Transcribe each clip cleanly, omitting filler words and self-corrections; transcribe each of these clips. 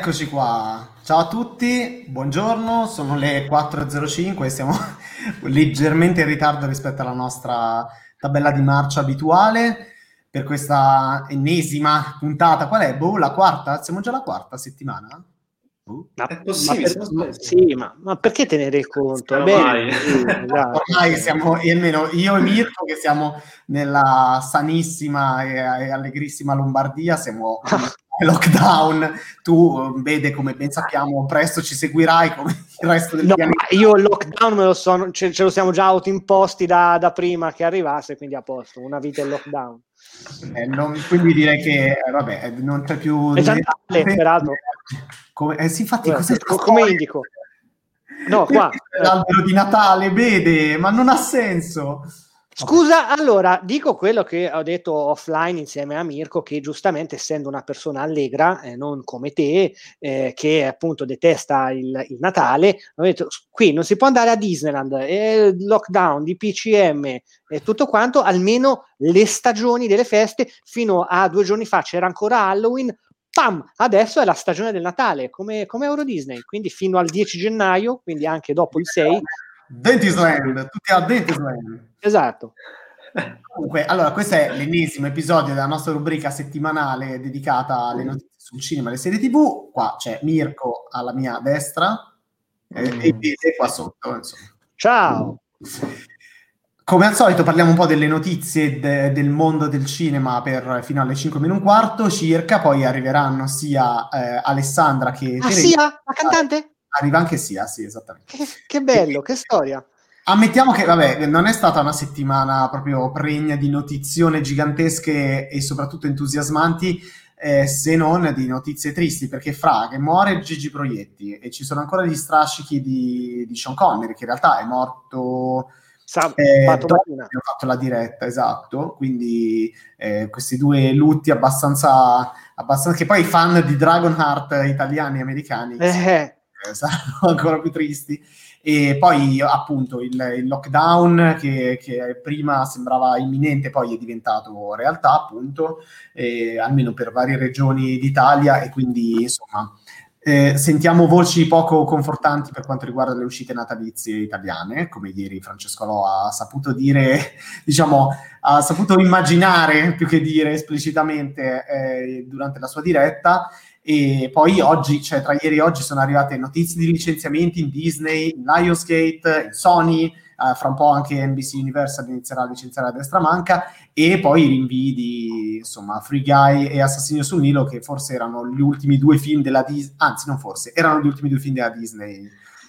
Eccoci qua, ciao a tutti, buongiorno, sono le 4.05 e siamo leggermente in ritardo rispetto alla nostra tabella di marcia abituale per questa ennesima puntata. Qual è? Boh, la quarta? Siamo già alla quarta settimana? È possibile, ma perché tenere il conto? Esatto. Ormai siamo, almeno io e Mirko, che siamo nella sanissima e allegrissima Lombardia, siamo in lockdown. Tu, vede, come ben sappiamo, presto ci seguirai come il resto del pianeta. Ma io il lockdown me lo so, ce lo siamo già autoimposti da prima che arrivasse, quindi a posto, una vita in lockdown. Quindi direi che vabbè, non c'è più peraltro. Sì, infatti, come indico? No, qua l'albero di Natale, vede, ma non ha senso. Scusa, allora dico quello che ho detto offline insieme a Mirko, che giustamente, essendo una persona allegra, non come te, che appunto detesta il Natale, ho detto qui non si può andare a Disneyland, lockdown, DPCM e tutto quanto, almeno le stagioni delle feste. Fino a 2 giorni fa c'era ancora Halloween, pam, adesso è la stagione del Natale, come Euro Disney, quindi fino al 10 gennaio, quindi anche dopo il 6. Dentisland, tutti a Dentisland. Esatto. Comunque, allora, questo è l'ennesimo episodio della nostra rubrica settimanale dedicata alle notizie sul cinema e le serie TV. Qua c'è Mirko alla mia destra e Bede qua sotto, insomma. Ciao! Come al solito parliamo un po' delle notizie del mondo del cinema fino alle 5:15 circa, poi arriveranno sia Alessandra che Teresa. Sia? La cantante? Arriva anche Sia, sì, esattamente. Che bello, che storia. Ammettiamo che, vabbè, non è stata una settimana proprio pregna di notizione gigantesche e soprattutto entusiasmanti, se non di notizie tristi, perché che muore Gigi Proietti e ci sono ancora gli strascichi di Sean Connery, che in realtà è morto dopo che abbiamo fatto la diretta, esatto. Quindi questi due lutti abbastanza che poi i fan di Dragonheart italiani e americani saranno ancora più tristi. E poi appunto il lockdown che prima sembrava imminente, poi è diventato realtà, appunto, almeno per varie regioni d'Italia, e quindi insomma sentiamo voci poco confortanti per quanto riguarda le uscite natalizie italiane, come ieri Francesco Lo ha saputo dire, diciamo, ha saputo immaginare più che dire esplicitamente durante la sua diretta. E poi oggi, cioè tra ieri e oggi, sono arrivate notizie di licenziamenti in Disney, in Lionsgate, in Sony, fra un po' anche NBC Universal inizierà a licenziare a destra manca, e poi i rinvii di, insomma, Free Guy e Assassino sul Nilo, che forse erano gli ultimi due film della Disney, anzi non forse, erano gli ultimi due film della Disney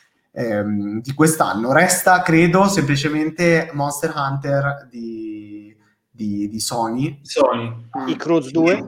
di quest'anno. Resta, credo, semplicemente Monster Hunter di Sony. I Cruz 2.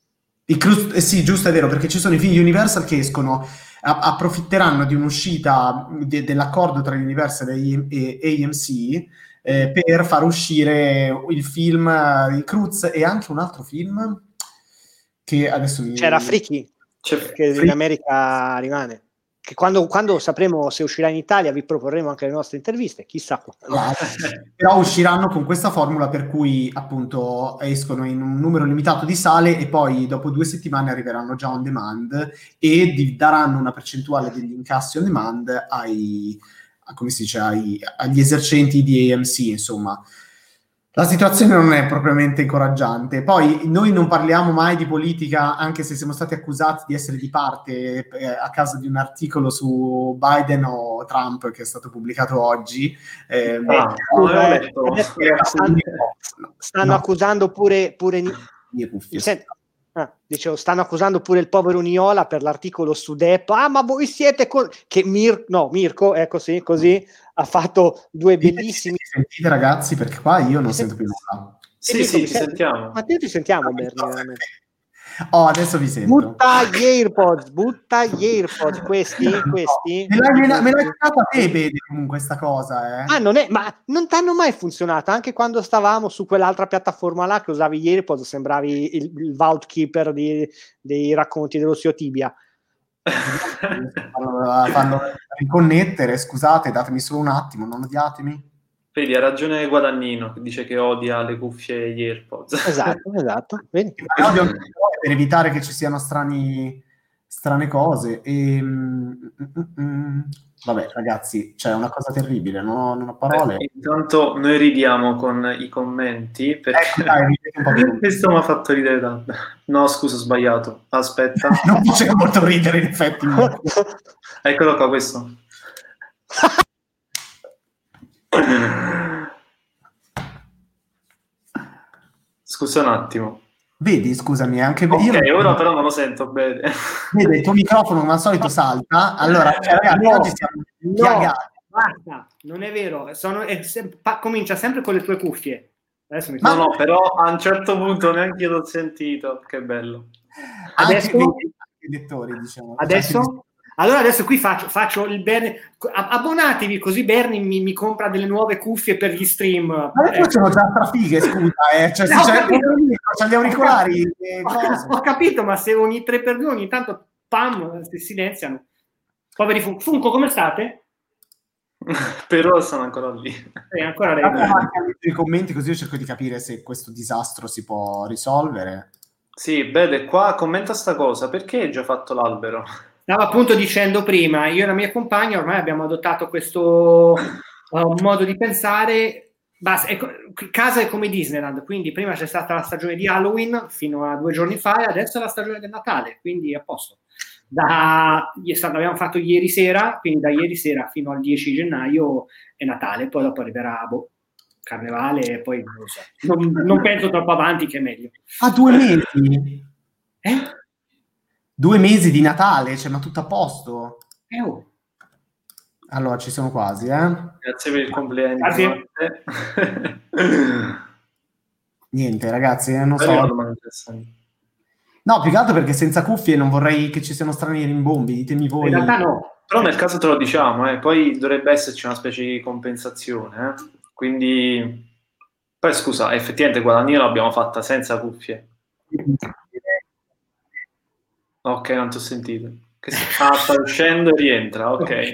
Sì, giusto, è vero, perché ci sono i film di Universal che escono, approfitteranno di un'uscita dell'accordo tra Universal e AMC per far uscire il film di Cruz e anche un altro film che adesso c'era Freaky, che in America rimane. Che quando sapremo se uscirà in Italia vi proporremo anche le nostre interviste, chissà. Però usciranno con questa formula per cui appunto escono in un numero limitato di sale e poi dopo 2 settimane arriveranno già on demand e daranno una percentuale degli incassi on demand come si dice, agli esercenti di AMC, insomma. La situazione non è propriamente incoraggiante. Poi noi non parliamo mai di politica, anche se siamo stati accusati di essere di parte a causa di un articolo su Biden o Trump che è stato pubblicato oggi. Stanno accusando pure dicevo, stanno accusando pure il povero Niola per l'articolo su Depp. Ma voi siete Mirko, ecco, sì, così ha fatto 2 bellissimi. Sentite, ragazzi, perché qua io non sento più nulla. Sì, ti sentiamo. Ma te ti sentiamo, Bernie. Adesso vi sento. Butta gli AirPods, questi. Me l'hai citata a te, vedi, comunque questa cosa, ma non t'hanno mai funzionato, anche quando stavamo su quell'altra piattaforma là che usavi gli AirPods, sembravi il vault keeper dei racconti dello zio Tibia. Fanno riconnettere, scusate, datemi solo un attimo, non odiatemi. Vedi, ha ragione Guadagnino che dice che odia le cuffie e gli AirPods. Esatto. Vedi? Per evitare che ci siano strani strane cose. Vabbè, ragazzi, c'è una cosa terribile, non ho parole. Intanto noi ridiamo con i commenti perché Dai, ridete un po' di questo mi ha fatto ridere tanto. No, scusa, ho sbagliato. Aspetta. Non faceva molto ridere, in effetti. Eccolo qua, questo. Scusa un attimo. Vedi, scusami, anche ok, ora però non lo sento bene. Vedi, il tuo microfono come al solito salta. Allora, ragazzi, oggi siamo piagati. Basta, non è vero. Comincia sempre con le tue cuffie. Adesso mi no, però a un certo punto neanche io l'ho sentito. Che bello. Adesso, i lettori, diciamo. Adesso? Allora adesso qui faccio il Bernie. Abbonatevi così Bernie mi compra delle nuove cuffie per gli stream. Ma noi sono già strafighe, scusa, cioè, no, c'è gli auricolari. Ho capito, ma se ogni 3x2 ogni tanto pam, si silenziano. Poveri Funko, come state? Però sono ancora lì. Ancora lei. I commenti così io cerco di capire se questo disastro si può risolvere. Sì, Bede, qua commenta sta cosa, perché hai già fatto l'albero? Stavo appunto dicendo prima, io e la mia compagna ormai abbiamo adottato questo modo di pensare. Basta, casa è come Disneyland, quindi prima c'è stata la stagione di Halloween fino a 2 giorni fa e adesso è la stagione del Natale, quindi a posto. L'abbiamo fatto ieri sera, quindi da ieri sera fino al 10 gennaio è Natale, poi dopo arriverà Carnevale e poi non lo so. Non penso troppo avanti che è meglio. 2 mesi? 2 mesi di Natale, cioè, ma tutto a posto? Allora, ci sono quasi, Grazie per il compleanno. Grazie. Niente, ragazzi, non so. No, più che altro perché senza cuffie non vorrei che ci siano strani rimbombi, ditemi voi. In realtà no. Però nel caso te lo diciamo, poi dovrebbe esserci una specie di compensazione, quindi... Poi scusa, effettivamente Guadagnino l'abbiamo fatta senza cuffie. Ok, non ti ho sentito. Sta uscendo e rientra, ok.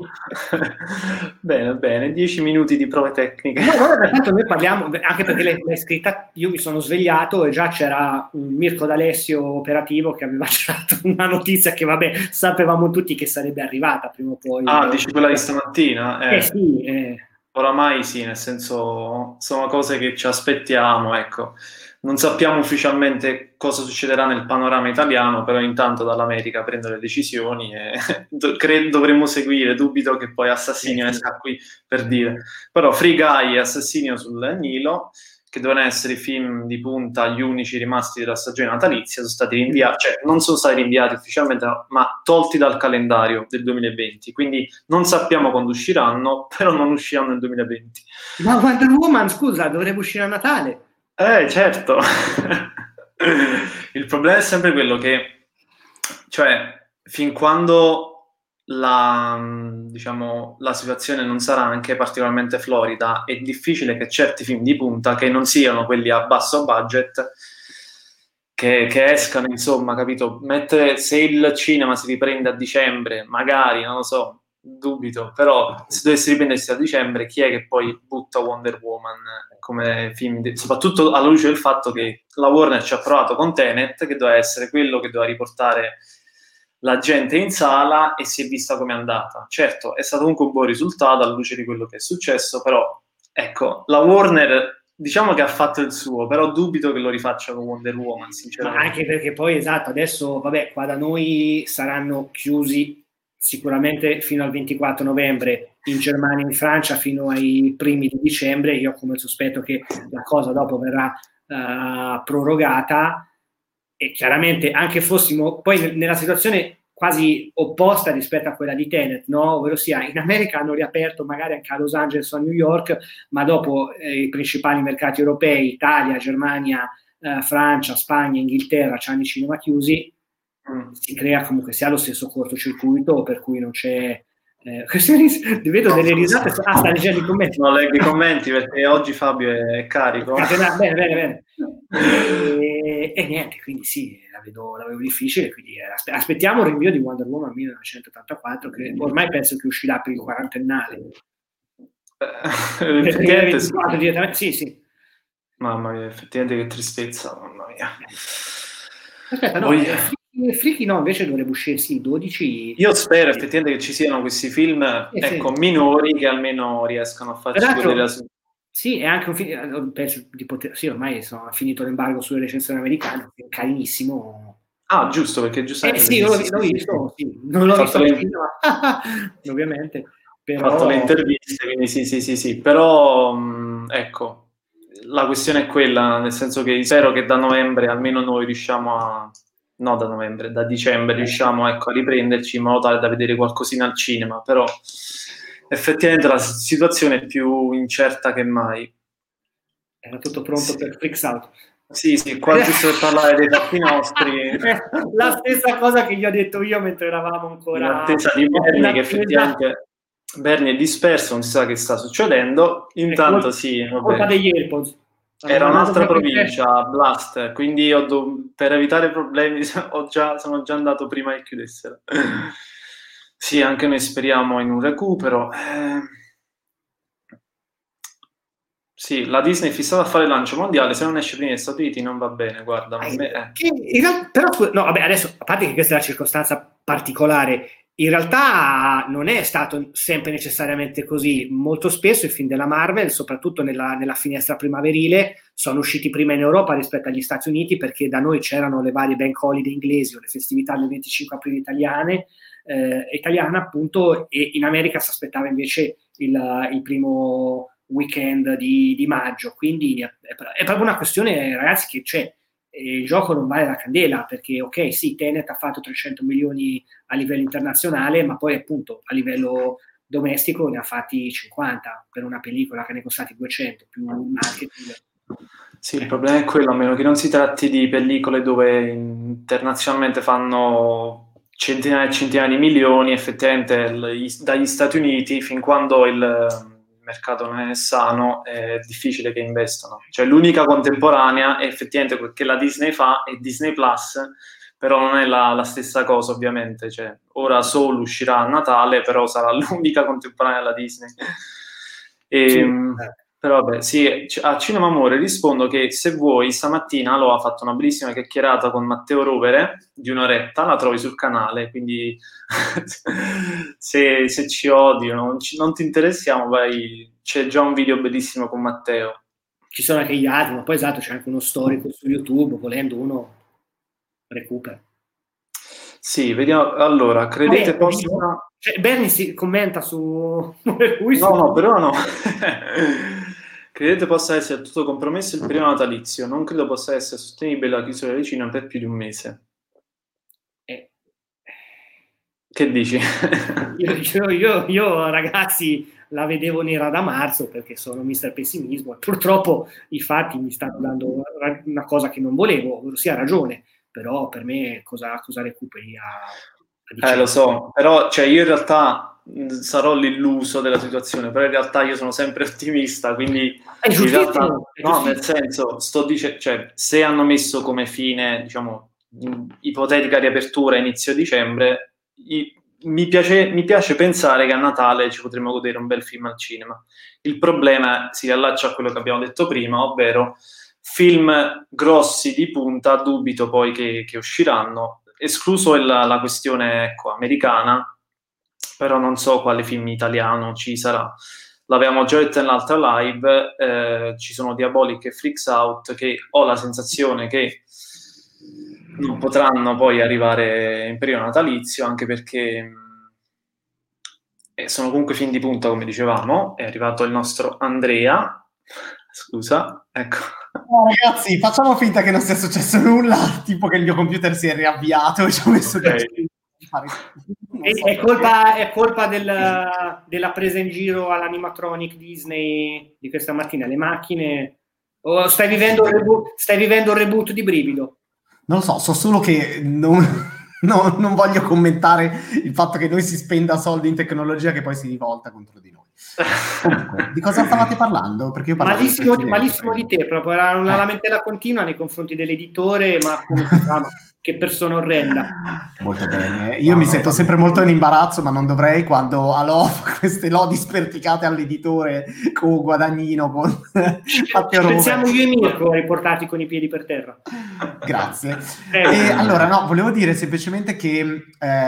Bene, 10 minuti di prove tecniche. No, guarda, tanto noi parliamo, anche perché l'hai scritta, io mi sono svegliato e già c'era un Mirko D'Alessio operativo che aveva dato una notizia che, vabbè, sapevamo tutti che sarebbe arrivata prima o poi. Ah, dici quella di stamattina? Sì. Oramai sì, nel senso, sono cose che ci aspettiamo, ecco. Non sappiamo ufficialmente cosa succederà nel panorama italiano, però intanto dall'America prendono le decisioni e dovremmo seguire. Dubito che poi Assassinio esca qui per dire. Però Free Guy e Assassinio sul Nilo, che devono essere i film di punta, gli unici rimasti della stagione natalizia, sono stati rinviati, cioè non sono stati rinviati ufficialmente, ma tolti dal calendario del 2020. Quindi non sappiamo quando usciranno, però non usciranno nel 2020. Ma Wonder Woman, scusa, dovrebbe uscire a Natale. Certo. Il problema è sempre quello che, cioè, fin quando la situazione non sarà anche particolarmente florida, è difficile che certi film di punta, che non siano quelli a basso budget, che escano, insomma, capito? Se il cinema si riprende a dicembre, magari, non lo so, dubito, però se dovesse riprendersi a dicembre, chi è che poi butta Wonder Woman come film, soprattutto alla luce del fatto che la Warner ci ha provato con Tenet, che doveva essere quello che doveva riportare la gente in sala, e si è vista come è andata. Certo, è stato comunque un buon risultato alla luce di quello che è successo, però ecco, la Warner diciamo che ha fatto il suo, però dubito che lo rifaccia con Wonder Woman, sinceramente. Ma anche perché poi, esatto, adesso, vabbè, qua da noi saranno chiusi sicuramente fino al 24 novembre, in Germania e in Francia fino ai primi di dicembre. Io ho come sospetto che la cosa dopo verrà prorogata, e chiaramente anche fossimo poi nella situazione quasi opposta rispetto a quella di Tenet, no? Ovvero sia, in America hanno riaperto magari anche a Los Angeles o a New York, ma dopo i principali mercati europei, Italia, Germania, Francia, Spagna, Inghilterra, hanno i cinema chiusi. Si crea comunque sia lo stesso cortocircuito, per cui non c'è vedo delle risate. Sta leggendo i commenti. No, leggo i commenti perché oggi Fabio è carico. Bene. E niente, quindi sì, la vedo difficile, quindi aspettiamo il rinvio di Wonder Woman 1984, che ormai penso che uscirà per il quarantennale. Sì. Mamma mia, effettivamente che tristezza, mamma mia. Aspetta, no, Freaky no, invece dovrebbe uscirsi 12. Io spero effettivamente che ci siano questi film, ecco, minori che almeno riescano a farci vedere la Sì, è anche un film, penso di poter, sì, ormai ha finito l'embargo sulle recensioni americane, è carinissimo. Ah, giusto, perché giustamente... sì, io l'ho visto, sì. Non l'ho visto ovviamente. Però... Ho fatto le interviste, quindi sì, però ecco, la questione è quella, nel senso che spero che da novembre almeno noi riusciamo a... no, da novembre, da dicembre riusciamo, ecco, a riprenderci in modo tale da vedere qualcosina al cinema, però effettivamente la situazione è più incerta che mai. Era tutto pronto per Freaks Out. Sì, qua giusto per parlare dei fatti nostri. La stessa cosa che gli ho detto io mentre eravamo ancora... In attesa di Bernie, che effettivamente... Bernie è disperso, non si sa che sta succedendo. Intanto sì, colpa degli AirPods. Era un'altra provincia, Blast, quindi per evitare problemi sono già andato prima che chiudessero. Sì, anche noi speriamo in un recupero. Sì, la Disney è fissata a fare il lancio mondiale, se non esce prima negli Stati Uniti non va bene, guarda. Però, no, vabbè, adesso, a parte che questa è una circostanza particolare, in realtà non è stato sempre necessariamente così. Molto spesso i film della Marvel, soprattutto nella finestra primaverile, sono usciti prima in Europa rispetto agli Stati Uniti, perché da noi c'erano le varie bank holiday inglesi o le festività del 25 aprile italiane, appunto, e in America si aspettava invece il primo weekend di maggio. Quindi è proprio una questione, ragazzi, che il gioco non vale la candela, perché ok, sì, Tenet ha fatto 300 milioni a livello internazionale, ma poi appunto a livello domestico ne ha fatti 50 per una pellicola che ne è costati 200 più marketing. Sì, il problema è quello, a meno che non si tratti di pellicole dove internazionalmente fanno centinaia e centinaia di milioni, effettivamente dagli Stati Uniti, fin quando il mercato non è sano, è difficile che investano. Cioè l'unica contemporanea è effettivamente quel che la Disney fa, è Disney Plus, però non è la stessa cosa, ovviamente. Cioè, ora Soul uscirà a Natale, però sarà l'unica contemporanea della Disney. Però vabbè, sì, a Cinema Amore rispondo che se vuoi, stamattina ha fatto una bellissima chiacchierata con Matteo Rovere di un'oretta, la trovi sul canale, quindi se ci odi, non ti interessiamo, vai, c'è già un video bellissimo con Matteo. Ci sono anche gli altri, ma poi esatto, c'è anche uno storico su YouTube, volendo uno recupera. Sì, vediamo, allora, credete possa... Cioè, Bernie si commenta su... No, però no. Credete possa essere tutto compromesso il periodo natalizio? Non credo possa essere sostenibile la chiusura dei cinema per più di un mese. Che dici? Io ragazzi la vedevo nera da marzo, perché sono mister pessimismo, e purtroppo i fatti mi stanno dando una cosa che non volevo, ossia ragione, però per me cosa recuperi a dicembre? Lo so, però cioè, io in realtà sarò l'illuso della situazione, però in realtà io sono sempre ottimista, quindi in realtà, no, nel senso, sto dicendo, cioè, se hanno messo come fine, diciamo, ipotetica riapertura inizio dicembre, mi piace pensare che a Natale ci potremo godere un bel film al cinema. Il problema si riallaccia a quello che abbiamo detto prima, ovvero film grossi di punta, dubito poi che usciranno, escluso la questione, ecco, americana, però non so quale film italiano ci sarà. L'avevamo già detto nell'altra live, ci sono Diabolic e Freaks Out, che ho la sensazione che non potranno poi arrivare in periodo natalizio, anche perché sono comunque film di punta, come dicevamo. È arrivato il nostro Andrea, scusa, ecco. No, ragazzi, facciamo finta che non sia successo nulla, tipo che il mio computer si è riavviato e ci ho messo è colpa della presa in giro all'animatronic Disney di questa mattina, le macchine, o stai vivendo il reboot di Brivido? Non lo so solo che non No, non voglio commentare il fatto che noi si spenda soldi in tecnologia che poi si rivolta contro di noi. Comunque, di cosa stavate parlando? Perché io malissimo di te, proprio era una lamentela continua nei confronti dell'editore, ma come si chiama? Che persona orrenda. Molto bene. Io mi sento sempre molto in imbarazzo, ma non dovrei, quando queste lodi sperticate all'editore con Guadagnino, con pensiamo io e Mirko riportati con i piedi per terra. Grazie. Allora, no, volevo dire semplicemente che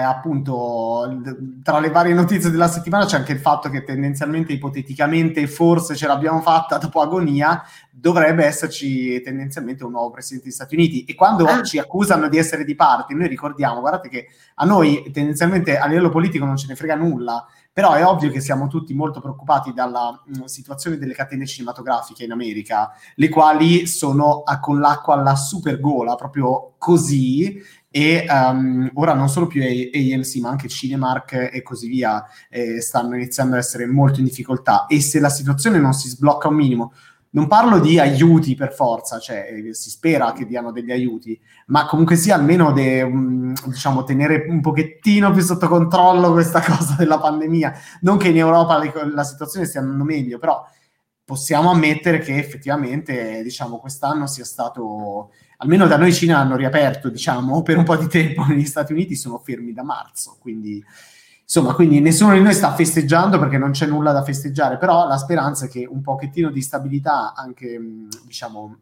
appunto tra le varie notizie della settimana c'è anche il fatto che tendenzialmente, ipoteticamente, forse ce l'abbiamo fatta dopo Agonia, dovrebbe esserci tendenzialmente un nuovo presidente degli Stati Uniti, e quando ci accusano di essere di parte, noi ricordiamo, guardate che a noi tendenzialmente a livello politico non ce ne frega nulla, però è ovvio che siamo tutti molto preoccupati dalla situazione delle catene cinematografiche in America, le quali sono con l'acqua alla super gola, proprio così, e ora non solo più AMC ma anche Cinemark e così via stanno iniziando a essere molto in difficoltà, e se la situazione non si sblocca un minimo, non parlo di aiuti per forza, cioè si spera che diano degli aiuti, ma comunque sia almeno diciamo tenere un pochettino più sotto controllo questa cosa della pandemia. Non che in Europa la situazione stia andando meglio, però possiamo ammettere che effettivamente, diciamo, quest'anno sia stato, almeno da noi Cina hanno riaperto, diciamo, per un po' di tempo. Negli Stati Uniti sono fermi da marzo, quindi insomma, quindi nessuno di noi sta festeggiando perché non c'è nulla da festeggiare, però la speranza è che un pochettino di stabilità anche, diciamo,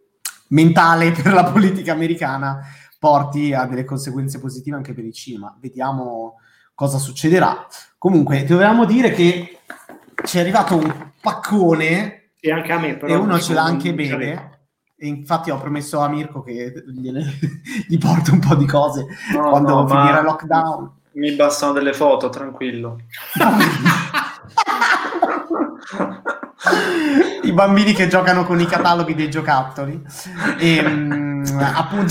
mentale per la politica americana porti a delle conseguenze positive anche per il cinema. Vediamo cosa succederà. Comunque, dovevamo dire che ci è arrivato un paccone, e anche a me, però, e uno ce l'ha anche bene, e infatti ho promesso a Mirko che gli porto un po' di cose quando finirà il lockdown. Mi bastano delle foto, tranquillo. I bambini che giocano con i cataloghi dei giocattoli. E, appunto...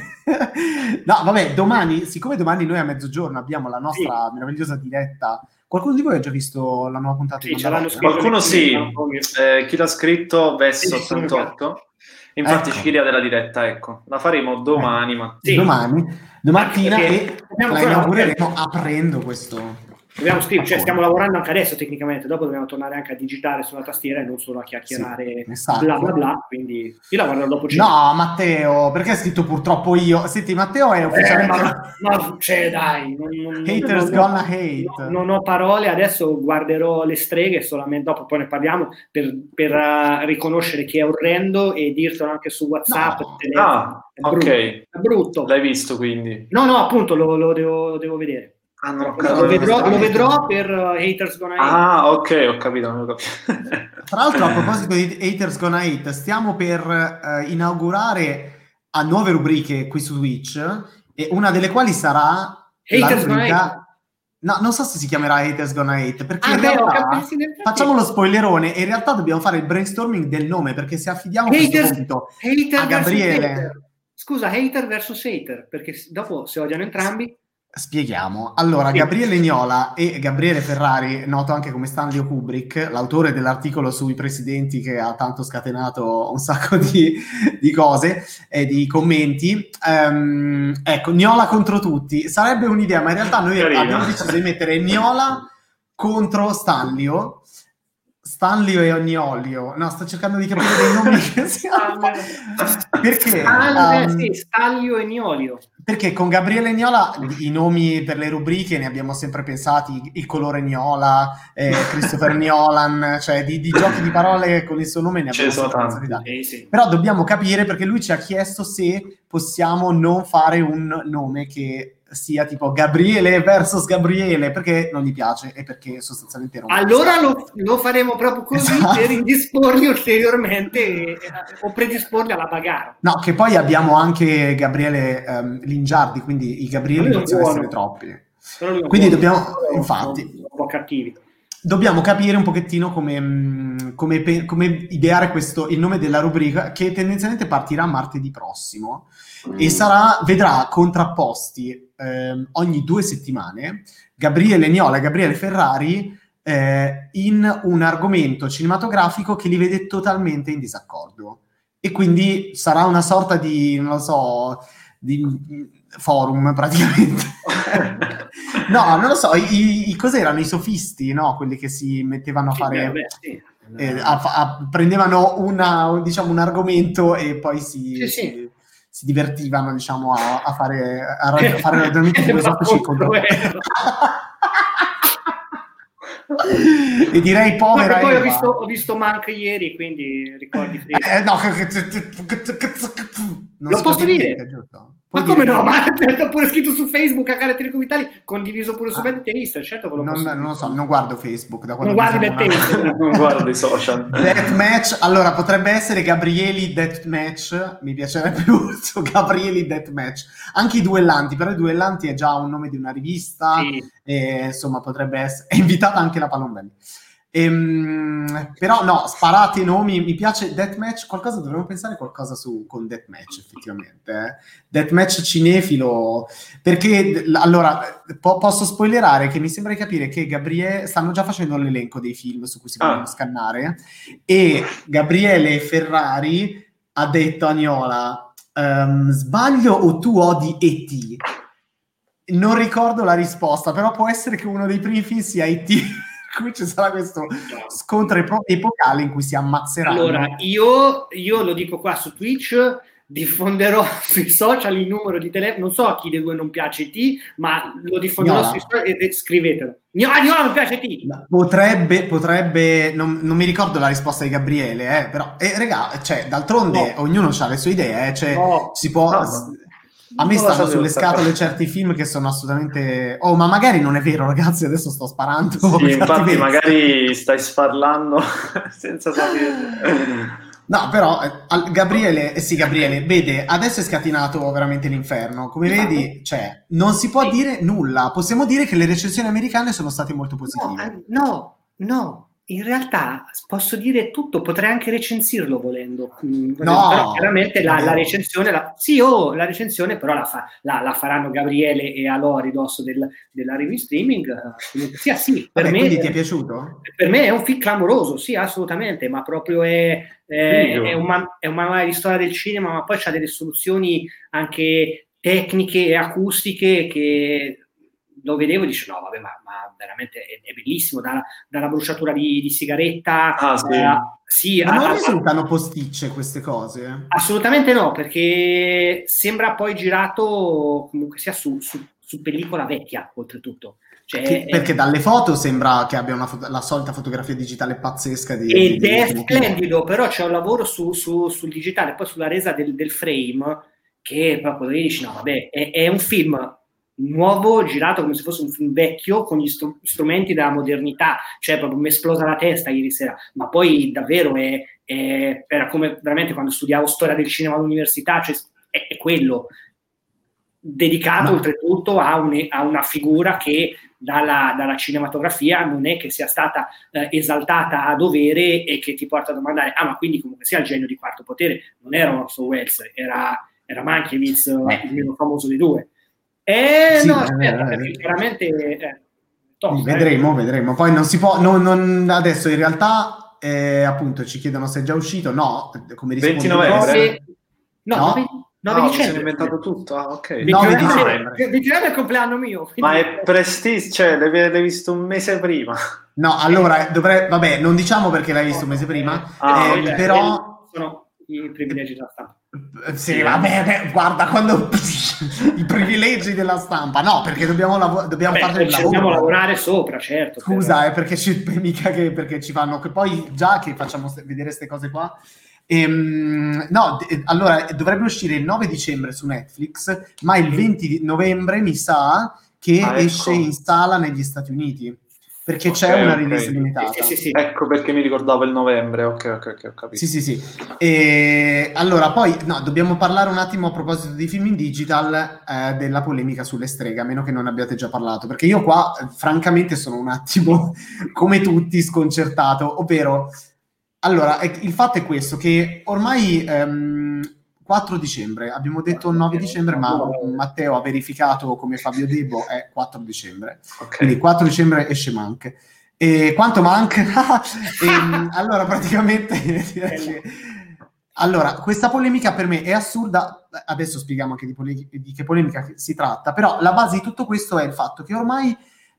No, vabbè, domani, siccome domani noi a mezzogiorno abbiamo la nostra meravigliosa diretta. Qualcuno di voi ha già visto la nuova puntata? Sì, ce l'hanno scritto. Qualcuno sì. Chi l'ha scritto? Vesso88. Infatti ci chiede della diretta, ecco. La faremo domani mattina. Domattina, e la inaugureremo aprendo questo. Dobbiamo scrivere, cioè stiamo lavorando anche adesso tecnicamente, dopo dobbiamo tornare anche a digitare sulla tastiera e non solo a chiacchierare bla bla bla, quindi io la guardo dopo. No, Matteo, perché hai scritto purtroppo io? Senti, Matteo è ufficialmente... ma cioè dai, haters gonna hate. Non ho parole, adesso guarderò le streghe, solamente dopo poi ne parliamo, per riconoscere che è orrendo e dirtelo anche su WhatsApp. Ok. È brutto. L'hai visto quindi? No, appunto, lo devo vedere. Lo vedrò per Haters Gonna Hate. Ok, ho capito. Tra l'altro, a proposito di Haters Gonna Hate, stiamo per inaugurare a nuove rubriche qui su Twitch, e una delle quali sarà Haters Gonna Hate. No, non so se si chiamerà Haters Gonna Hate, perché in realtà facciamo lo spoilerone e in realtà dobbiamo fare il brainstorming del nome, perché se affidiamo questo compito a Gabriele... Scusa, hater versus hater, perché dopo se odiano entrambi... Spieghiamo. Allora, Gabriele Niola e Gabriele Ferrari, noto anche come Stanley Kubrick, l'autore dell'articolo sui presidenti che ha tanto scatenato un sacco di cose e di commenti. Ecco, Niola contro tutti. Sarebbe un'idea, ma in realtà noi abbiamo deciso di mettere Niola contro Stanlio e Oniolio. No, sto cercando di capire dei nomi che siamo. Perché? Stanlio e Niolio. Perché con Gabriele Niola i nomi per le rubriche ne abbiamo sempre pensati, il colore Niola, Christopher Nolan, cioè di giochi di parole con il suo nome ne abbiamo sempre pensati. Sì. Però dobbiamo capire, perché lui ci ha chiesto se possiamo non fare un nome che sia tipo Gabriele versus Gabriele, perché non gli piace e perché sostanzialmente non allora lo faremo proprio così, esatto, per indisporli ulteriormente o predisporli alla bagarre. No, che poi abbiamo anche Gabriele Lingiardi, quindi i Gabriele iniziano a essere troppi, quindi dobbiamo, infatti, un po' cattivi. Dobbiamo capire un pochettino come ideare il nome della rubrica, che tendenzialmente partirà martedì prossimo e vedrà contrapposti ogni 2 settimane Gabriele Niola e Gabriele Ferrari in un argomento cinematografico che li vede totalmente in disaccordo, e quindi sarà una sorta di, non lo so, forum praticamente. No, non lo so, cos'erano i sofisti, no? Quelli che si mettevano a fare... prendevano un argomento e poi si divertivano, diciamo, a fare ragionamenti filosofici e direi povera poi Eva. ho visto Mank ieri, quindi ricordi no, lo posso dire? Giusto? Ma come no? Ma ho pure scritto su Facebook a Carattere Vitali, condiviso pure su Bettenista, certo che lo posso non lo so, non guardo Facebook da non guardi Bettenista. Non guardo i social. Deathmatch, allora potrebbe essere Gabrieli Deathmatch, mi piacerebbe molto Gabrieli Deathmatch, anche i duellanti, però i duellanti è già un nome di una rivista, e, insomma potrebbe essere, è invitata anche la Palombelli. Però no, sparate i nomi, mi piace Deathmatch, dovremmo pensare qualcosa con Deathmatch effettivamente, Deathmatch cinefilo, perché allora posso spoilerare che mi sembra di capire che Gabriele stanno già facendo l'elenco dei film su cui si vogliono scannare, e Gabriele Ferrari ha detto a Niola, sbaglio o tu odi E.T.? Non ricordo la risposta, però può essere che uno dei primi film sia E.T. Qui ci sarà questo scontro epocale in cui si ammazzeranno. Allora, io lo dico qua su Twitch, diffonderò sui social il numero di telefono, non so a chi dei due non piace T, ma lo diffonderò sui social e scrivetelo. Gnora non piace T! Potrebbe non mi ricordo la risposta di Gabriele, però, regà, cioè, d'altronde ognuno ha le sue idee, si può... A me stanno sulle scatole certi film che sono assolutamente... ma magari non è vero, ragazzi, adesso sto sparando. Sì, infatti magari stai sparlando senza sapere. No, però, Gabriele, vede, adesso è scatinato veramente l'inferno. Come vedi, cioè, non si può dire nulla. Possiamo dire che le recensioni americane sono state molto positive. No, in realtà posso dire tutto, potrei anche recensirlo volendo. No, chiaramente la recensione, la recensione però la faranno Gabriele e Alò a ridosso della review streaming. Sì, per me. Quindi ti è piaciuto? Per me è un film clamoroso, sì, assolutamente, ma proprio è un manuale di storia del cinema, ma poi c'ha delle soluzioni anche tecniche e acustiche che lo vedevo e dice no vabbè ma veramente è bellissimo, dalla bruciatura di sigaretta sì. Ma non risultano posticce queste cose? Assolutamente no, perché sembra poi girato comunque sia su pellicola vecchia oltretutto, cioè, perché dalle foto sembra che abbia la solita fotografia digitale pazzesca ed è splendido, però c'è un lavoro sul digitale, poi sulla resa del frame che proprio dici no vabbè è un film nuovo, girato come se fosse un film vecchio con gli strumenti della modernità, cioè proprio mi è esplosa la testa ieri sera, ma poi davvero era come veramente quando studiavo storia del cinema all'università, cioè è quello dedicato oltretutto a una figura che dalla cinematografia non è che sia stata esaltata a dovere e che ti porta a domandare ma quindi comunque sia il genio di Quarto Potere non era Orson Welles, era Mankiewicz, il meno famoso dei due. Veramente vedremo. Poi non si può, adesso in realtà appunto ci chiedono se è già uscito. No, come rispondi? 20 novembre? No, 9 dicembre. Mi sono inventato tutto. Ok. 9 dicembre è il compleanno mio. Ma è prestigio, cioè l'hai visto un mese prima. No, allora vabbè, non diciamo perché l'hai visto un mese prima, però sono i privilegi della stampa. Sì, vabbè, guarda, quando i privilegi della stampa, no, perché dobbiamo fare del lavoro. Dobbiamo lavorare sopra, certo. Scusa, perché mica perché ci fanno, che poi già che facciamo vedere queste cose qua. Allora dovrebbe uscire il 9 dicembre su Netflix, ma il 20 novembre mi sa che esce in sala negli Stati Uniti. Perché c'è una release limitata. Sì. Ecco perché mi ricordavo il novembre. Ok, ho capito. Sì. E allora, poi dobbiamo parlare un attimo a proposito di film in digital della polemica sulle streghe, a meno che non abbiate già parlato, perché io qua francamente sono un attimo come tutti sconcertato, ovvero allora, il fatto è questo, che ormai 4 dicembre, abbiamo detto 9 dicembre, ma Matteo ha verificato come Fabio Debo, è 4 dicembre. Okay. Quindi 4 dicembre esce Mank. E quanto Mank? Allora, praticamente Allora, questa polemica per me è assurda, adesso spieghiamo anche di che polemica si tratta, però la base di tutto questo è il fatto che ormai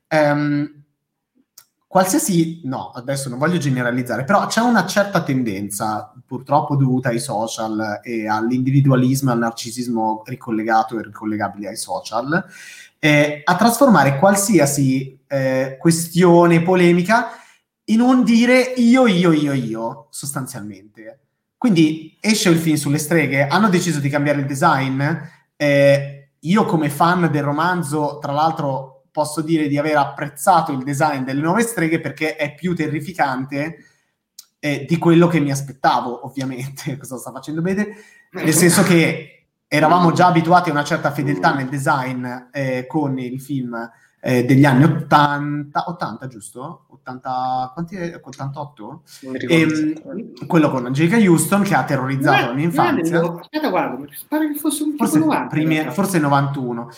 qualsiasi, no, adesso non voglio generalizzare, però c'è una certa tendenza, purtroppo dovuta ai social e all'individualismo e al narcisismo ricollegato e ricollegabile ai social, a trasformare qualsiasi questione polemica in un dire io, sostanzialmente. Quindi esce il film sulle streghe, hanno deciso di cambiare il design, io come fan del romanzo, tra l'altro, posso dire di aver apprezzato il design delle nuove streghe perché è più terrificante di quello che mi aspettavo, ovviamente. Cosa sta facendo bene? Nel senso che eravamo già abituati a una certa fedeltà nel design con il film degli anni 80, giusto? 80, quanti è? 88? Quello con Angelica Houston che ha terrorizzato la mia infanzia. Aspetta, guarda, mi pare che fosse un tipo 90. Forse 91.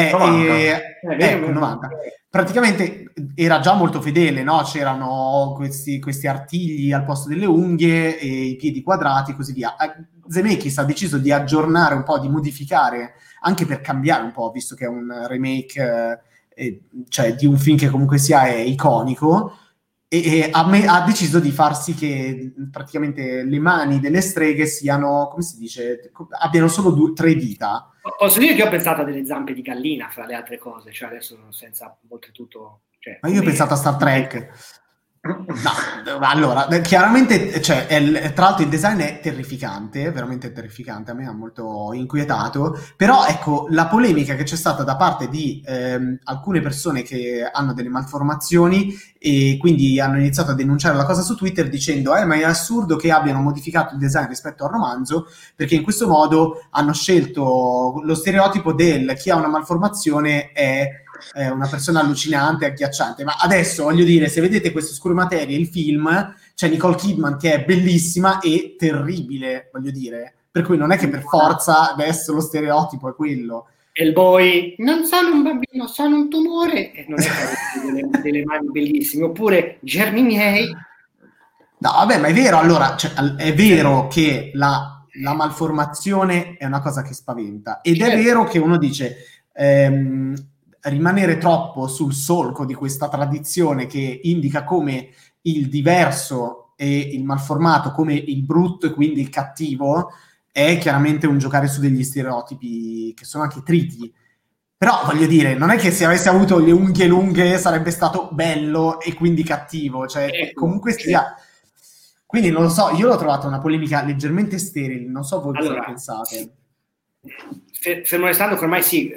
90. Praticamente era già molto fedele, no? C'erano questi artigli al posto delle unghie e i piedi quadrati e così via. Zemeckis ha deciso di aggiornare un po', di modificare, anche per cambiare un po', visto che è un remake cioè di un film che comunque sia è iconico, e ha deciso di far sì che praticamente le mani delle streghe siano, come si dice, abbiano solo 3 dita. Posso dire che ho pensato a delle zampe di gallina fra le altre cose, cioè adesso senza oltretutto, cioè, ma io ho pensato a Star Trek. No, allora, chiaramente, cioè, tra l'altro il design è terrificante, veramente terrificante, a me ha molto inquietato, però ecco, la polemica che c'è stata da parte di alcune persone che hanno delle malformazioni e quindi hanno iniziato a denunciare la cosa su Twitter dicendo ma è assurdo che abbiano modificato il design rispetto al romanzo, perché in questo modo hanno scelto lo stereotipo del chi ha una malformazione è una persona allucinante, agghiacciante. Ma adesso voglio dire, se vedete questo Oscure Materie, il film, c'è Nicole Kidman che è bellissima e terribile, voglio dire, per cui non è che per forza adesso lo stereotipo è quello. E il boy, non sono un bambino, sono un tumore, e non è che delle mani bellissime, oppure germi miei. No, vabbè, ma è vero, allora, cioè, è vero che la malformazione è una cosa che spaventa, ed è vero che uno dice rimanere troppo sul solco di questa tradizione che indica come il diverso e il malformato come il brutto e quindi il cattivo è chiaramente un giocare su degli stereotipi che sono anche triti. Però voglio dire, non è che se avesse avuto le unghie lunghe sarebbe stato bello e quindi cattivo, cioè comunque sia. Quindi non lo so, io l'ho trovata una polemica leggermente sterile, non so voi cosa pensate. Fermo restando che ormai sì,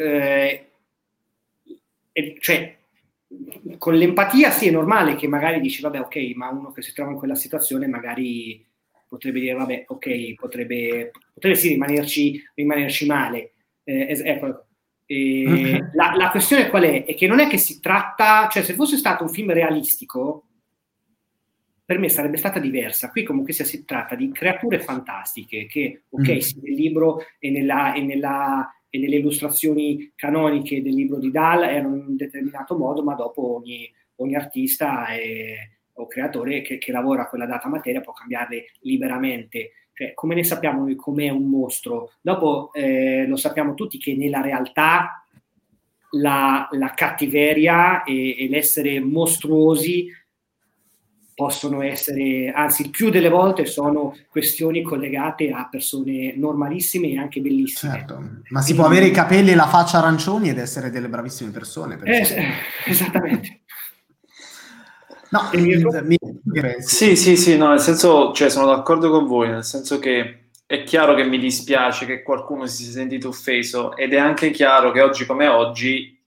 cioè con l'empatia sì è normale che magari dici vabbè ok, ma uno che si trova in quella situazione magari potrebbe dire vabbè ok, potrebbe sì rimanerci male, ecco. La questione qual è? È che non è che si tratta, cioè se fosse stato un film realistico per me sarebbe stata diversa. Qui comunque si tratta di creature fantastiche che ok sì, nel libro e nelle illustrazioni canoniche del libro di Dahl erano in un determinato modo, ma dopo ogni artista o creatore che lavora a quella data materia può cambiarle liberamente. Cioè, come ne sappiamo noi com'è un mostro? Dopo lo sappiamo tutti che nella realtà la cattiveria e l'essere mostruosi possono essere, anzi il più delle volte sono questioni collegate a persone normalissime e anche bellissime. Certo, ma si può avere i capelli e la faccia arancioni ed essere delle bravissime persone. Esattamente. No, sì, no, nel senso, cioè sono d'accordo con voi, nel senso che è chiaro che mi dispiace che qualcuno si sia sentito offeso ed è anche chiaro che oggi come oggi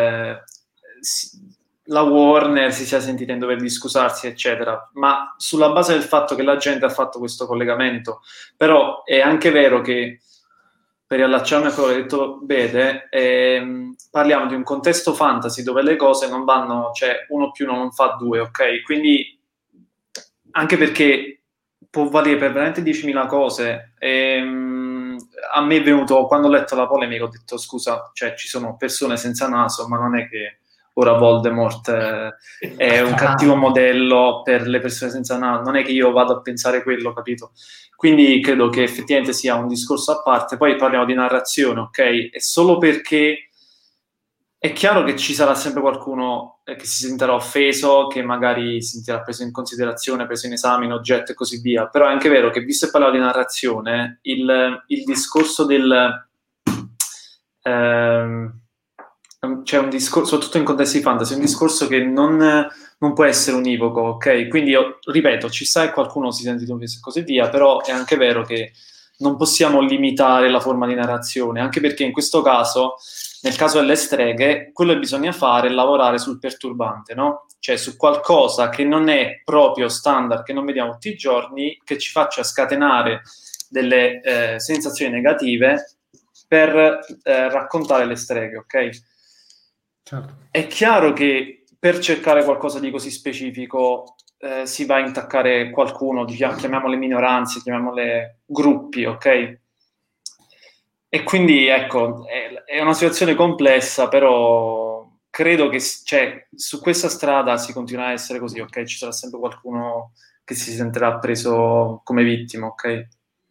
la Warner si sia sentita in dover di scusarsi, eccetera, ma sulla base del fatto che la gente ha fatto questo collegamento. Però è anche vero che, per riallacciarmi a quello che ha detto Bede, parliamo di un contesto fantasy dove le cose non vanno, cioè 1 più 1 non fa 2, ok? Quindi, anche perché può valere per veramente 10.000 cose, a me è venuto, quando ho letto la polemica, ho detto scusa, cioè ci sono persone senza naso, ma non è che ora Voldemort è un cattivo modello per le persone senza naso. Non è che io vado a pensare quello, capito? Quindi credo che effettivamente sia un discorso a parte. Poi parliamo di narrazione, ok? È solo perché è chiaro che ci sarà sempre qualcuno che si sentirà offeso, che magari si sentirà preso in considerazione, preso in esame, in oggetto e così via. Però è anche vero che, visto che parlavo di narrazione, il discorso del... c'è un discorso, soprattutto in contesti di fantasy, un discorso che non può essere univoco, ok? Quindi io ripeto, ci sta che qualcuno si sente offeso e così via, però è anche vero che non possiamo limitare la forma di narrazione, anche perché in questo caso, nel caso delle streghe, quello che bisogna fare è lavorare sul perturbante, no? Cioè su qualcosa che non è proprio standard, che non vediamo tutti i giorni, che ci faccia scatenare delle sensazioni negative per raccontare le streghe, ok? Certo. È chiaro che per cercare qualcosa di così specifico si va a intaccare qualcuno, chiamiamole minoranze, chiamiamole gruppi, ok? E quindi ecco, è una situazione complessa, però credo che su questa strada si continuerà a essere così, ok? Ci sarà sempre qualcuno che si sentirà preso come vittima, ok?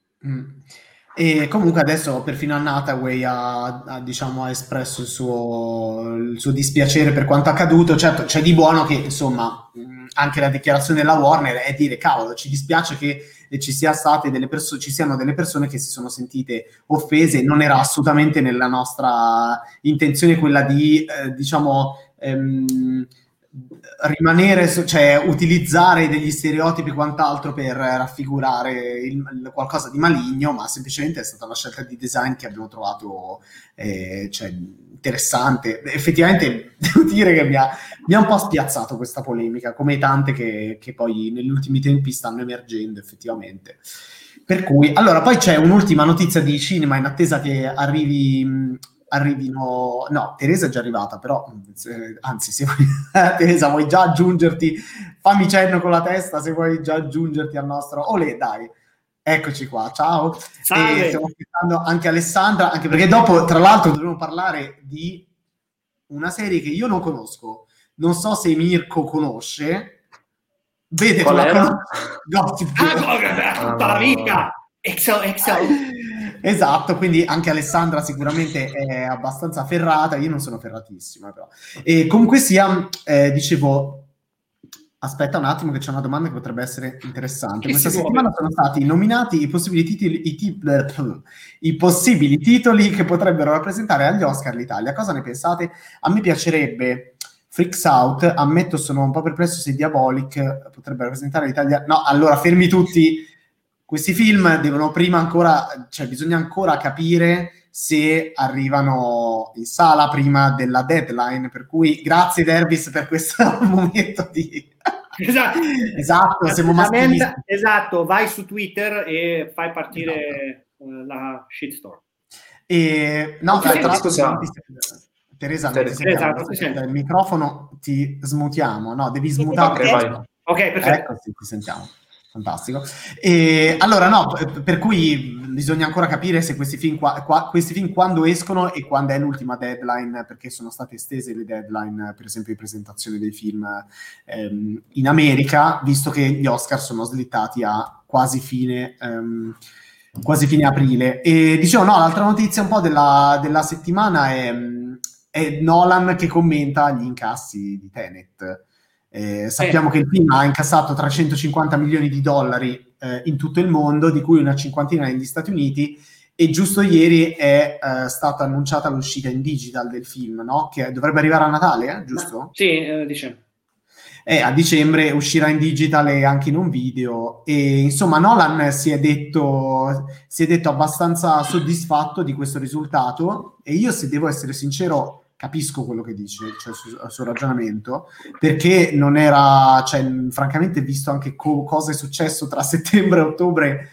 E comunque adesso perfino Anne Hathaway diciamo, ha espresso il suo dispiacere per quanto accaduto. Certo, c'è di buono che, insomma, anche la dichiarazione della Warner è dire, cavolo, ci dispiace che ci siano delle persone che si sono sentite offese. Non era assolutamente nella nostra intenzione quella di, diciamo... rimanere, cioè utilizzare degli stereotipi e quant'altro per raffigurare qualcosa di maligno, ma semplicemente è stata una scelta di design che abbiamo trovato cioè, interessante. Effettivamente devo dire che mi ha un po' spiazzato questa polemica, come tante che poi negli ultimi tempi stanno emergendo effettivamente. Per cui, allora, poi c'è un'ultima notizia di cinema in attesa che arrivino. No, Teresa è già arrivata, però anzi, se vuoi, Teresa, vuoi già aggiungerti? Fammi cenno con la testa se vuoi già aggiungerti al nostro... Olè, dai, eccoci qua, ciao. Salve. E stiamo aspettando anche Alessandra, anche perché dopo, tra l'altro, dovremo parlare di una serie che io non conosco. Non so se Mirko conosce. Vede, Qual era? Gossip Girl. Tutta la vita! Exo. Esatto, quindi anche Alessandra sicuramente è abbastanza ferrata, io non sono ferratissima però. E comunque sia, dicevo, aspetta un attimo che c'è una domanda che potrebbe essere interessante. Questa settimana sono stati nominati i possibili titoli che potrebbero rappresentare agli Oscar l'Italia. Cosa ne pensate? A me piacerebbe Freaks Out, ammetto sono un po' perplesso se Diabolic potrebbe rappresentare l'Italia. No, allora fermi tutti. Questi film devono prima ancora, cioè bisogna ancora capire se arrivano in sala prima della deadline, per cui grazie Dervis per questo momento di... Esatto, siamo maschilisti. Esatto, vai su Twitter e fai partire la shitstorm. No, tra l'altro Teresa, il microfono ti smutiamo, no, devi smutare. Ok, perfetto. Ecco, sì, ti sentiamo. Fantastico. E allora no, per cui bisogna ancora capire se questi film quando escono e quando è l'ultima deadline, perché sono state estese le deadline, per esempio di presentazione dei film in America, visto che gli Oscar sono slittati a quasi fine aprile. E dicevo, no, l'altra notizia un po' della settimana è Nolan che commenta gli incassi di Tenet. Sappiamo che il film ha incassato $350 milioni in tutto il mondo, di cui una cinquantina negli Stati Uniti, e giusto ieri è stata annunciata l'uscita in digital del film, no? Che dovrebbe arrivare a Natale, giusto? Sì, dicembre. A dicembre uscirà in digital e anche in un video, e insomma Nolan si è detto abbastanza soddisfatto di questo risultato, e io, se devo essere sincero, capisco quello che dice, cioè il suo ragionamento, perché non era, cioè, francamente, visto anche cosa è successo tra settembre e ottobre,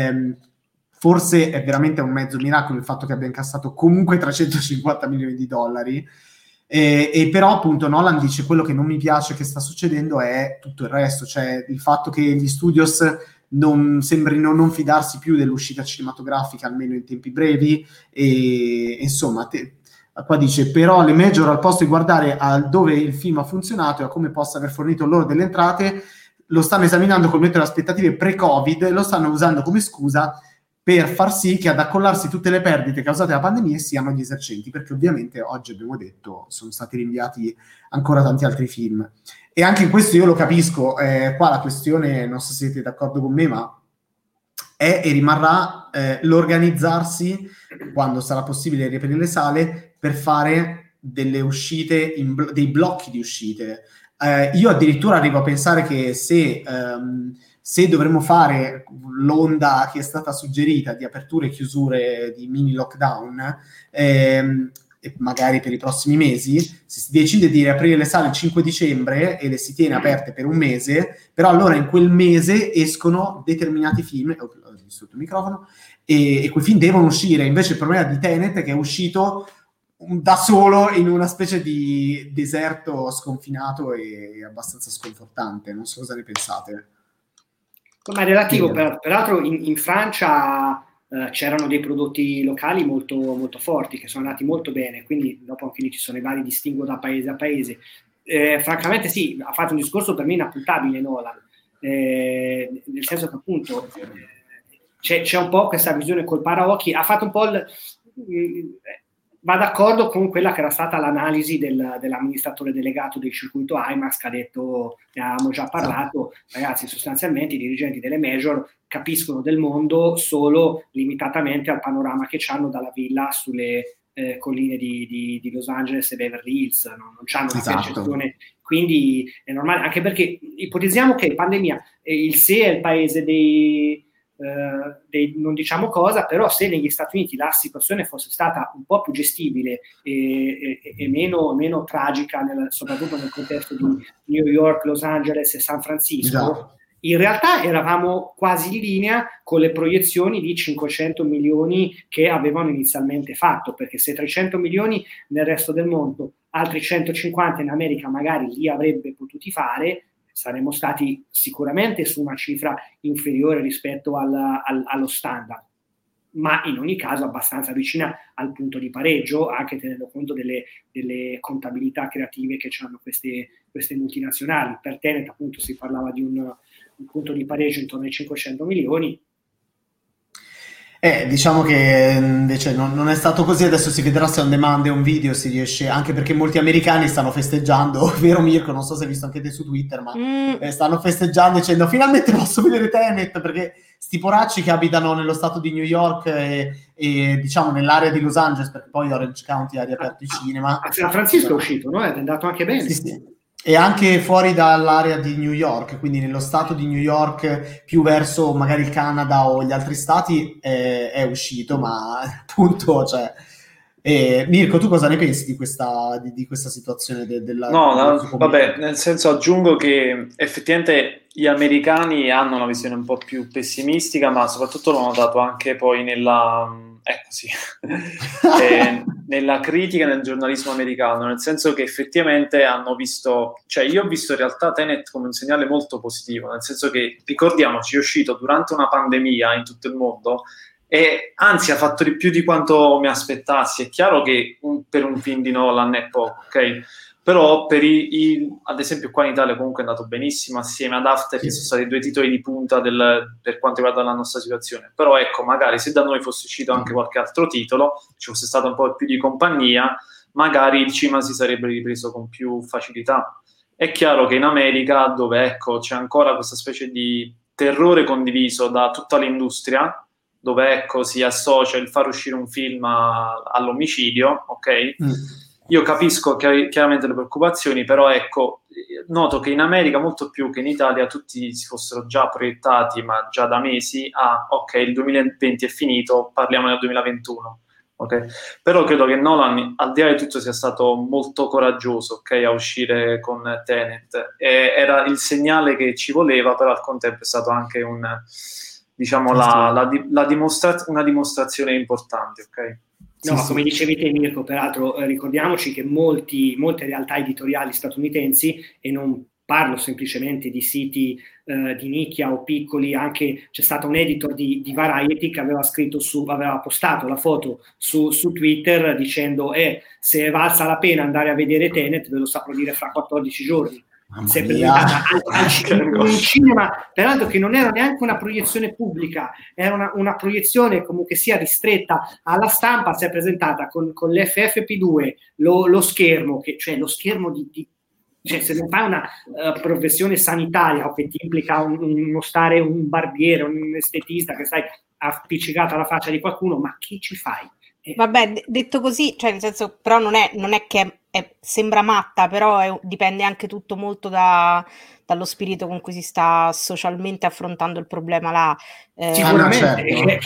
forse è veramente un mezzo miracolo il fatto che abbia incassato comunque $350 milioni. E però appunto Nolan dice: quello che non mi piace che sta succedendo è tutto il resto, cioè il fatto che gli studios non sembrino non fidarsi più dell'uscita cinematografica, almeno in tempi brevi, e insomma Qua dice, però le major al posto di guardare a dove il film ha funzionato e a come possa aver fornito loro delle entrate, lo stanno esaminando col metodo delle aspettative pre-Covid, lo stanno usando come scusa per far sì che ad accollarsi tutte le perdite causate dalla pandemia siano gli esercenti, perché ovviamente oggi abbiamo detto sono stati rinviati ancora tanti altri film. E anche in questo io lo capisco, qua la questione, non so se siete d'accordo con me, ma è e rimarrà l'organizzarsi quando sarà possibile riaprire le sale per fare delle uscite, dei blocchi di uscite. Io addirittura arrivo a pensare che se dovremmo fare l'onda che è stata suggerita di aperture e chiusure di mini lockdown, magari per i prossimi mesi, se si decide di riaprire le sale il 5 dicembre e le si tiene aperte per un mese, però allora in quel mese escono determinati film, sotto il microfono, e quei film devono uscire. Invece il problema di Tenet è che è uscito da solo in una specie di deserto sconfinato e abbastanza sconfortante. Non so cosa ne pensate. Ma è relativo, peraltro in Francia c'erano dei prodotti locali molto, molto forti che sono andati molto bene, quindi dopo anche lì ci sono i vari distinguo da paese a paese. Francamente sì, ha fatto un discorso per me inappuntabile Nolan, nel senso che appunto c'è un po' questa visione col paraocchi, ha fatto un po' va d'accordo con quella che era stata l'analisi dell'amministratore delegato del circuito IMAX, che ha detto, ne avevamo già parlato, ragazzi, sostanzialmente i dirigenti delle major capiscono del mondo solo limitatamente al panorama che hanno dalla villa sulle colline di Los Angeles e Beverly Hills, non hanno una percezione, quindi è normale, anche perché ipotizziamo che pandemia, il se è il paese dei non diciamo cosa, però se negli Stati Uniti la situazione fosse stata un po' più gestibile e meno tragica, soprattutto nel contesto di New York, Los Angeles e San Francisco, in realtà eravamo quasi in linea con le proiezioni di 500 milioni che avevano inizialmente fatto, perché se 300 milioni nel resto del mondo, altri 150 in America magari li avrebbe potuti fare, saremmo stati sicuramente su una cifra inferiore rispetto allo standard, ma in ogni caso abbastanza vicina al punto di pareggio, anche tenendo conto delle contabilità creative che hanno queste multinazionali. Per Tenet appunto si parlava di un punto di pareggio intorno ai 500 milioni. Diciamo che invece non è stato così. Adesso si vedrà se on demand e un video si riesce, anche perché molti americani stanno festeggiando, vero Mirko? Non so se hai visto anche te su Twitter, ma stanno festeggiando dicendo finalmente posso vedere Tenet, perché sti poracci che abitano nello stato di New York e diciamo nell'area di Los Angeles, perché poi Orange County ha riaperto i cinema. San Francisco è uscito, no? È andato anche bene. Sì. E anche fuori dall'area di New York, quindi nello stato di New York più verso magari il Canada o gli altri stati è uscito, ma appunto, cioè, Mirko, tu cosa ne pensi di questa situazione vabbè, nel senso aggiungo che effettivamente gli americani hanno una visione un po' più pessimistica, ma soprattutto l'ho notato anche poi nella critica nel giornalismo americano, nel senso che effettivamente hanno visto, cioè io ho visto in realtà Tenet come un segnale molto positivo, nel senso che ricordiamoci è uscito durante una pandemia in tutto il mondo e anzi ha fatto di più di quanto mi aspettassi. È chiaro che per un film di Nolan è poco, ok? Però ad esempio qua in Italia comunque è andato benissimo, assieme ad After che sono stati 2 titoli di punta per quanto riguarda la nostra situazione. Però ecco, magari se da noi fosse uscito anche qualche altro titolo, ci fosse stato un po' più di compagnia, magari il cinema si sarebbe ripreso con più facilità. È chiaro che in America, dove ecco c'è ancora questa specie di terrore condiviso da tutta l'industria, dove ecco si associa il far uscire un film all'omicidio, ok? Io capisco chiaramente le preoccupazioni, però ecco, noto che in America molto più che in Italia tutti si fossero già proiettati, ma già da mesi, ok, il 2020 è finito, parliamo del 2021, ok? Però credo che Nolan, al di là di tutto, sia stato molto coraggioso, ok, a uscire con Tenet. Era il segnale che ci voleva, però al contempo è stato anche una dimostrazione importante, ok? No, sì, come dicevi te Mirko, peraltro ricordiamoci che molte realtà editoriali statunitensi, e non parlo semplicemente di siti di nicchia o piccoli, anche c'è stato un editor di Variety che aveva postato la foto su Twitter dicendo se valsa la pena andare a vedere Tenet ve lo saprò dire fra 14 giorni. Si è presentata al cinema, peraltro che non era neanche una proiezione pubblica, era una proiezione comunque sia ristretta alla stampa. Si è presentata con l'FFP2, lo schermo, cioè lo schermo cioè se non fai una professione sanitaria o che ti implica uno stare un barbiere, un estetista che stai appiccicato alla faccia di qualcuno, ma che ci fai? Vabbè, detto così, cioè nel senso, però non è che sembra matta, però dipende anche tutto molto dallo spirito con cui si sta socialmente affrontando il problema là. Sicuramente,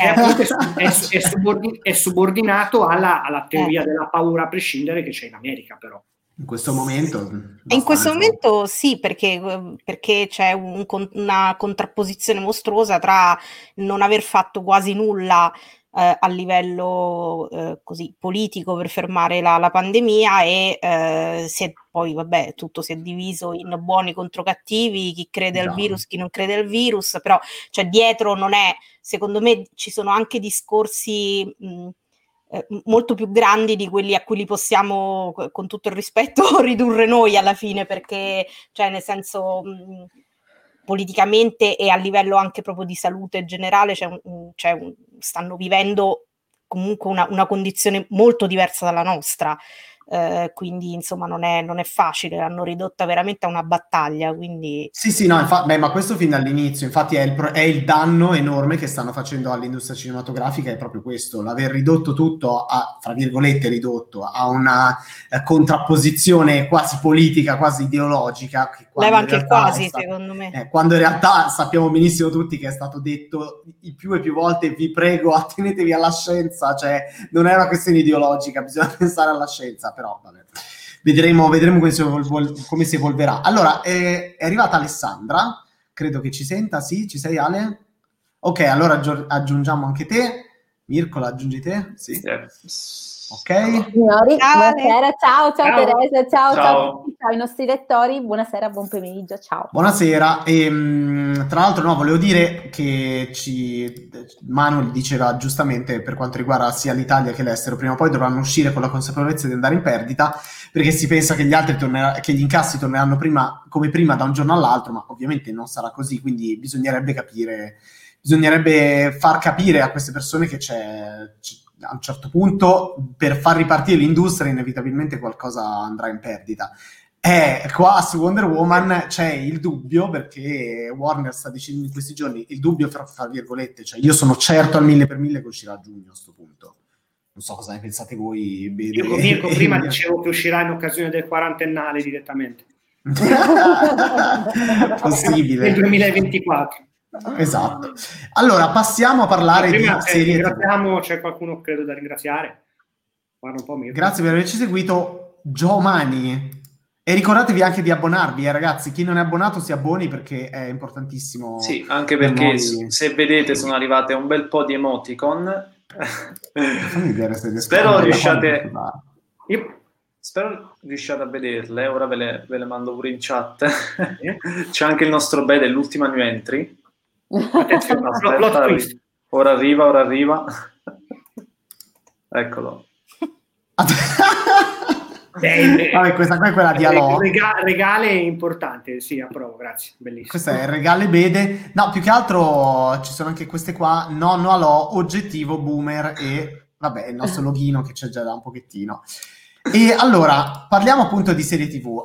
è subordinato alla teoria della paura a prescindere che c'è in America, però. In questo momento? In questo momento sì, perché c'è una contrapposizione mostruosa tra non aver fatto quasi nulla a livello così politico per fermare la pandemia e poi vabbè tutto si è diviso in buoni contro cattivi, chi crede al virus, chi non crede al virus, però cioè dietro non è, secondo me ci sono anche discorsi molto più grandi di quelli a cui li possiamo, con tutto il rispetto, ridurre noi alla fine, perché cioè nel senso politicamente e a livello anche proprio di salute generale stanno vivendo comunque una condizione molto diversa dalla nostra, quindi insomma non è facile, l'hanno ridotta veramente a una battaglia, quindi sì no, ma questo fin dall'inizio, infatti è il danno enorme che stanno facendo all'industria cinematografica, è proprio questo, l'aver ridotto tutto a, fra virgolette ridotto, a una contrapposizione quasi politica, quasi ideologica, che leva anche il quasi, secondo me, quando in realtà sappiamo benissimo tutti che è stato detto più e più volte: vi prego, attenetevi alla scienza, cioè non è una questione ideologica, bisogna pensare alla scienza. Però vabbè, vedremo come si evolverà. Allora, è arrivata Alessandra, credo che ci senta. Sì, ci sei, Ale? Ok, allora aggiungiamo anche te. Mirko, la aggiungi te? Sì. Ok. Signori, buonasera, ciao Teresa, ciao ai nostri lettori, buonasera, buon pomeriggio, ciao. Buonasera, tra l'altro volevo dire che Manuel diceva giustamente, per quanto riguarda sia l'Italia che l'estero, prima o poi dovranno uscire con la consapevolezza di andare in perdita, perché si pensa che che gli incassi torneranno come prima da un giorno all'altro, ma ovviamente non sarà così, quindi bisognerebbe far capire a queste persone che a un certo punto, per far ripartire l'industria, inevitabilmente qualcosa andrà in perdita. Qua su Wonder Woman c'è il dubbio, perché Warner sta dicendo in questi giorni, il dubbio fra virgolette, cioè io sono certo al 1000% che uscirà a giugno a questo punto. Non so cosa ne pensate voi. Io con Mirko prima dicevo che uscirà in occasione del quarantennale direttamente. Possibile. Nel 2024. Esatto. Allora passiamo a parlare di serie ringraziamo, c'è qualcuno credo da ringraziare. Guarda un po', Mirko. Grazie per averci seguito, Giomani, e ricordatevi anche di abbonarvi, ragazzi, chi non è abbonato si abboni, perché è importantissimo. Sì, anche perché se vedete sono arrivate un bel po' di emoticon. Spero riusciate a vederle, ora ve le mando pure in chat. C'è anche il nostro Bede, l'ultima new entry. Aspetta, ora arriva. Eccolo. Vabbè, questa qua è quella di Alò. Regale importante, sì, approvo, grazie, bellissimo. Questo è il regale Bede. No, più che altro ci sono anche queste qua: nonno Alò, oggettivo boomer, e vabbè il nostro loghino che c'è già da un pochettino. E allora parliamo appunto di serie TV.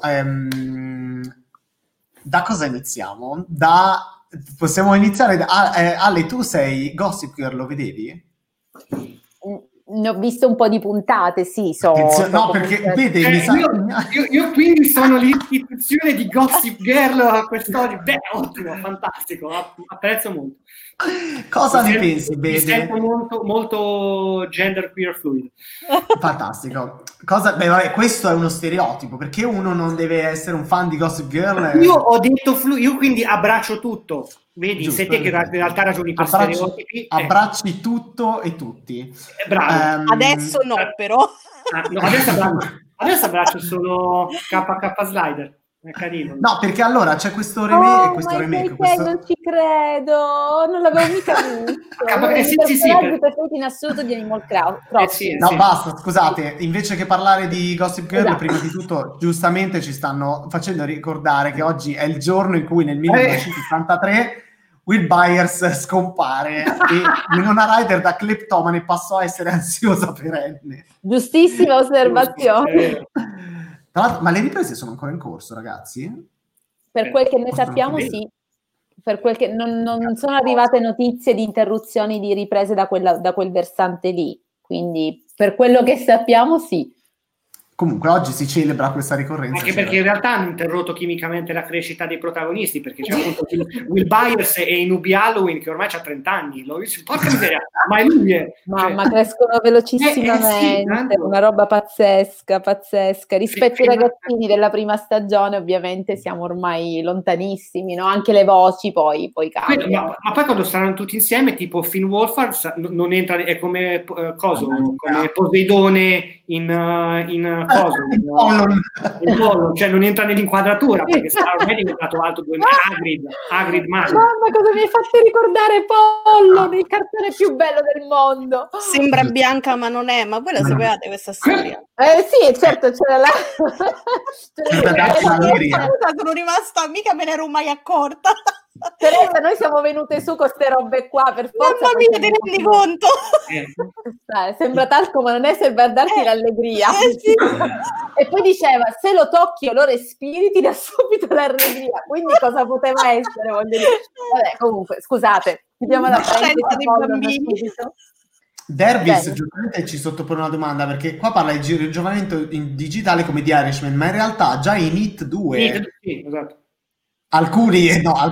Da cosa iniziamo? Possiamo iniziare Ale, tu sei Gossip Girl, lo vedevi? Ne ho visto un po' di puntate, sì. No, perché vede, io quindi sono l'istituzione di Gossip Girl a quest'oggi. Beh, ottimo, fantastico, apprezzo molto. Cosa ne pensi, Bede? Mi sento molto, molto gender queer fluid. Fantastico. Questo è uno stereotipo, perché uno non deve essere un fan di Gossip Girl. Io ho detto io quindi abbraccio tutto. Vedi, giusto, sei te che in realtà ragioni per stereotipi. Abbracci tutto e tutti. Bravo. Adesso no, però. No, adesso abbraccio solo KK Slider. È carino. No, perché allora c'è questo remake e questo remake. Non ci credo, non l'avevo mica visto. Sì, preferiti in assoluto di Animal Crossing. No, basta, scusate, invece che parlare di Gossip Girl, prima di tutto, giustamente ci stanno facendo ricordare che oggi è il giorno in cui nel 1983 Will Byers scompare e Winona Ryder da cleptomane passò a essere ansiosa perenne. Giustissima osservazione. Tra l'altro, ma le riprese sono ancora in corso, ragazzi? Per quel che ne sappiamo, sì. Per quel che non sono arrivate notizie di interruzioni di riprese da quel versante lì. Quindi, per quello che sappiamo, sì. Comunque oggi si celebra questa ricorrenza. Anche perché in realtà hanno interrotto chimicamente la crescita dei protagonisti, perché c'è appunto Will Byers e Inubi Halloween che ormai ha 30 anni. Porca miseria, ma lui è... Mamma, crescono velocissimamente, una roba pazzesca. Rispetto ai ragazzini della prima stagione, ovviamente siamo ormai lontanissimi, no? Anche le voci poi cambiano. Ma poi quando saranno tutti insieme, tipo Finn Wolfhard non entra, è come come Poseidone in cioè non entra nell'inquadratura perché sarà ormai diventato alto 2 metri. Hagrid Mamma, cosa mi hai fatto ricordare Pollo, il cartone più bello del mondo. Sembra bianca ma non è, ma voi la sapevate questa storia? Sì, certo, c'era la sono rimasta, mica me ne ero mai accorta. Teresa, noi siamo venute su con queste robe qua per forza. Mamma mia, te ne rendi conto? Sembra talco, ma non è per darti l'allegria. Sì. E poi diceva, se lo tocchi o lo respiri ti dà subito l'allegria. Quindi cosa poteva essere? Voglio dire. Vabbè, comunque, scusate, chiudiamo la parentesi dei bambini. Dervis giustamente ci sottopone una domanda, perché qua parla di giovanamento in digitale come di Irishman, ma in realtà già in It 2 sì, esatto. alcuni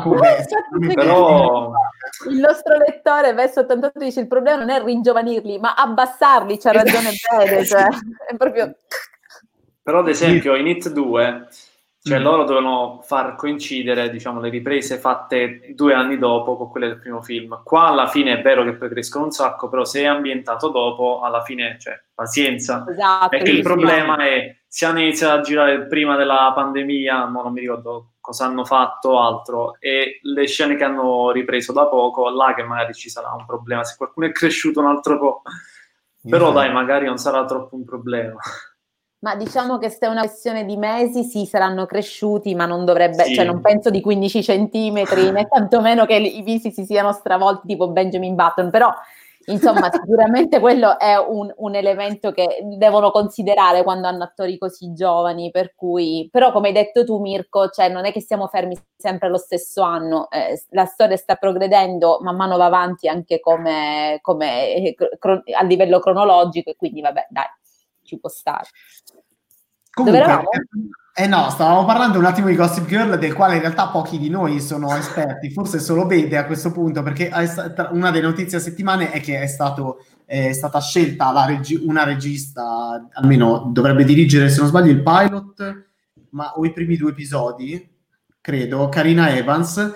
però il nostro lettore verso 88 dice il problema non è ringiovanirli ma abbassarli, c'ha ragione Bede, cioè è proprio... Però ad esempio in It 2 cioè loro dovevano far coincidere, diciamo, le riprese fatte 2 anni dopo con quelle del primo film. Qua alla fine è vero che poi crescono un sacco, però se è ambientato dopo, alla fine, cioè, pazienza. Esatto, perché il problema è, se hanno iniziato a girare prima della pandemia, ma non mi ricordo cosa hanno fatto altro, e le scene che hanno ripreso da poco, là che magari ci sarà un problema, se qualcuno è cresciuto un altro po'. Però dai, magari non sarà troppo un problema. Ma diciamo che se è una questione di mesi, sì, saranno cresciuti, ma non dovrebbe, cioè non penso di 15 centimetri, né tantomeno che i visi si siano stravolti tipo Benjamin Button, però insomma sicuramente quello è un elemento che devono considerare quando hanno attori così giovani, per cui, però come hai detto tu Mirko, cioè non è che siamo fermi sempre allo stesso anno, la storia sta progredendo, man mano va avanti anche come a livello cronologico, e quindi vabbè, dai, ci può stare. Comunque, no, stavamo parlando un attimo di Gossip Girl, del quale in realtà pochi di noi sono esperti, forse solo Bede a questo punto, perché una delle notizie a settimane è che è stata scelta una regista, almeno dovrebbe dirigere, se non sbaglio, il pilot, o i primi 2 episodi, credo, Karina Evans,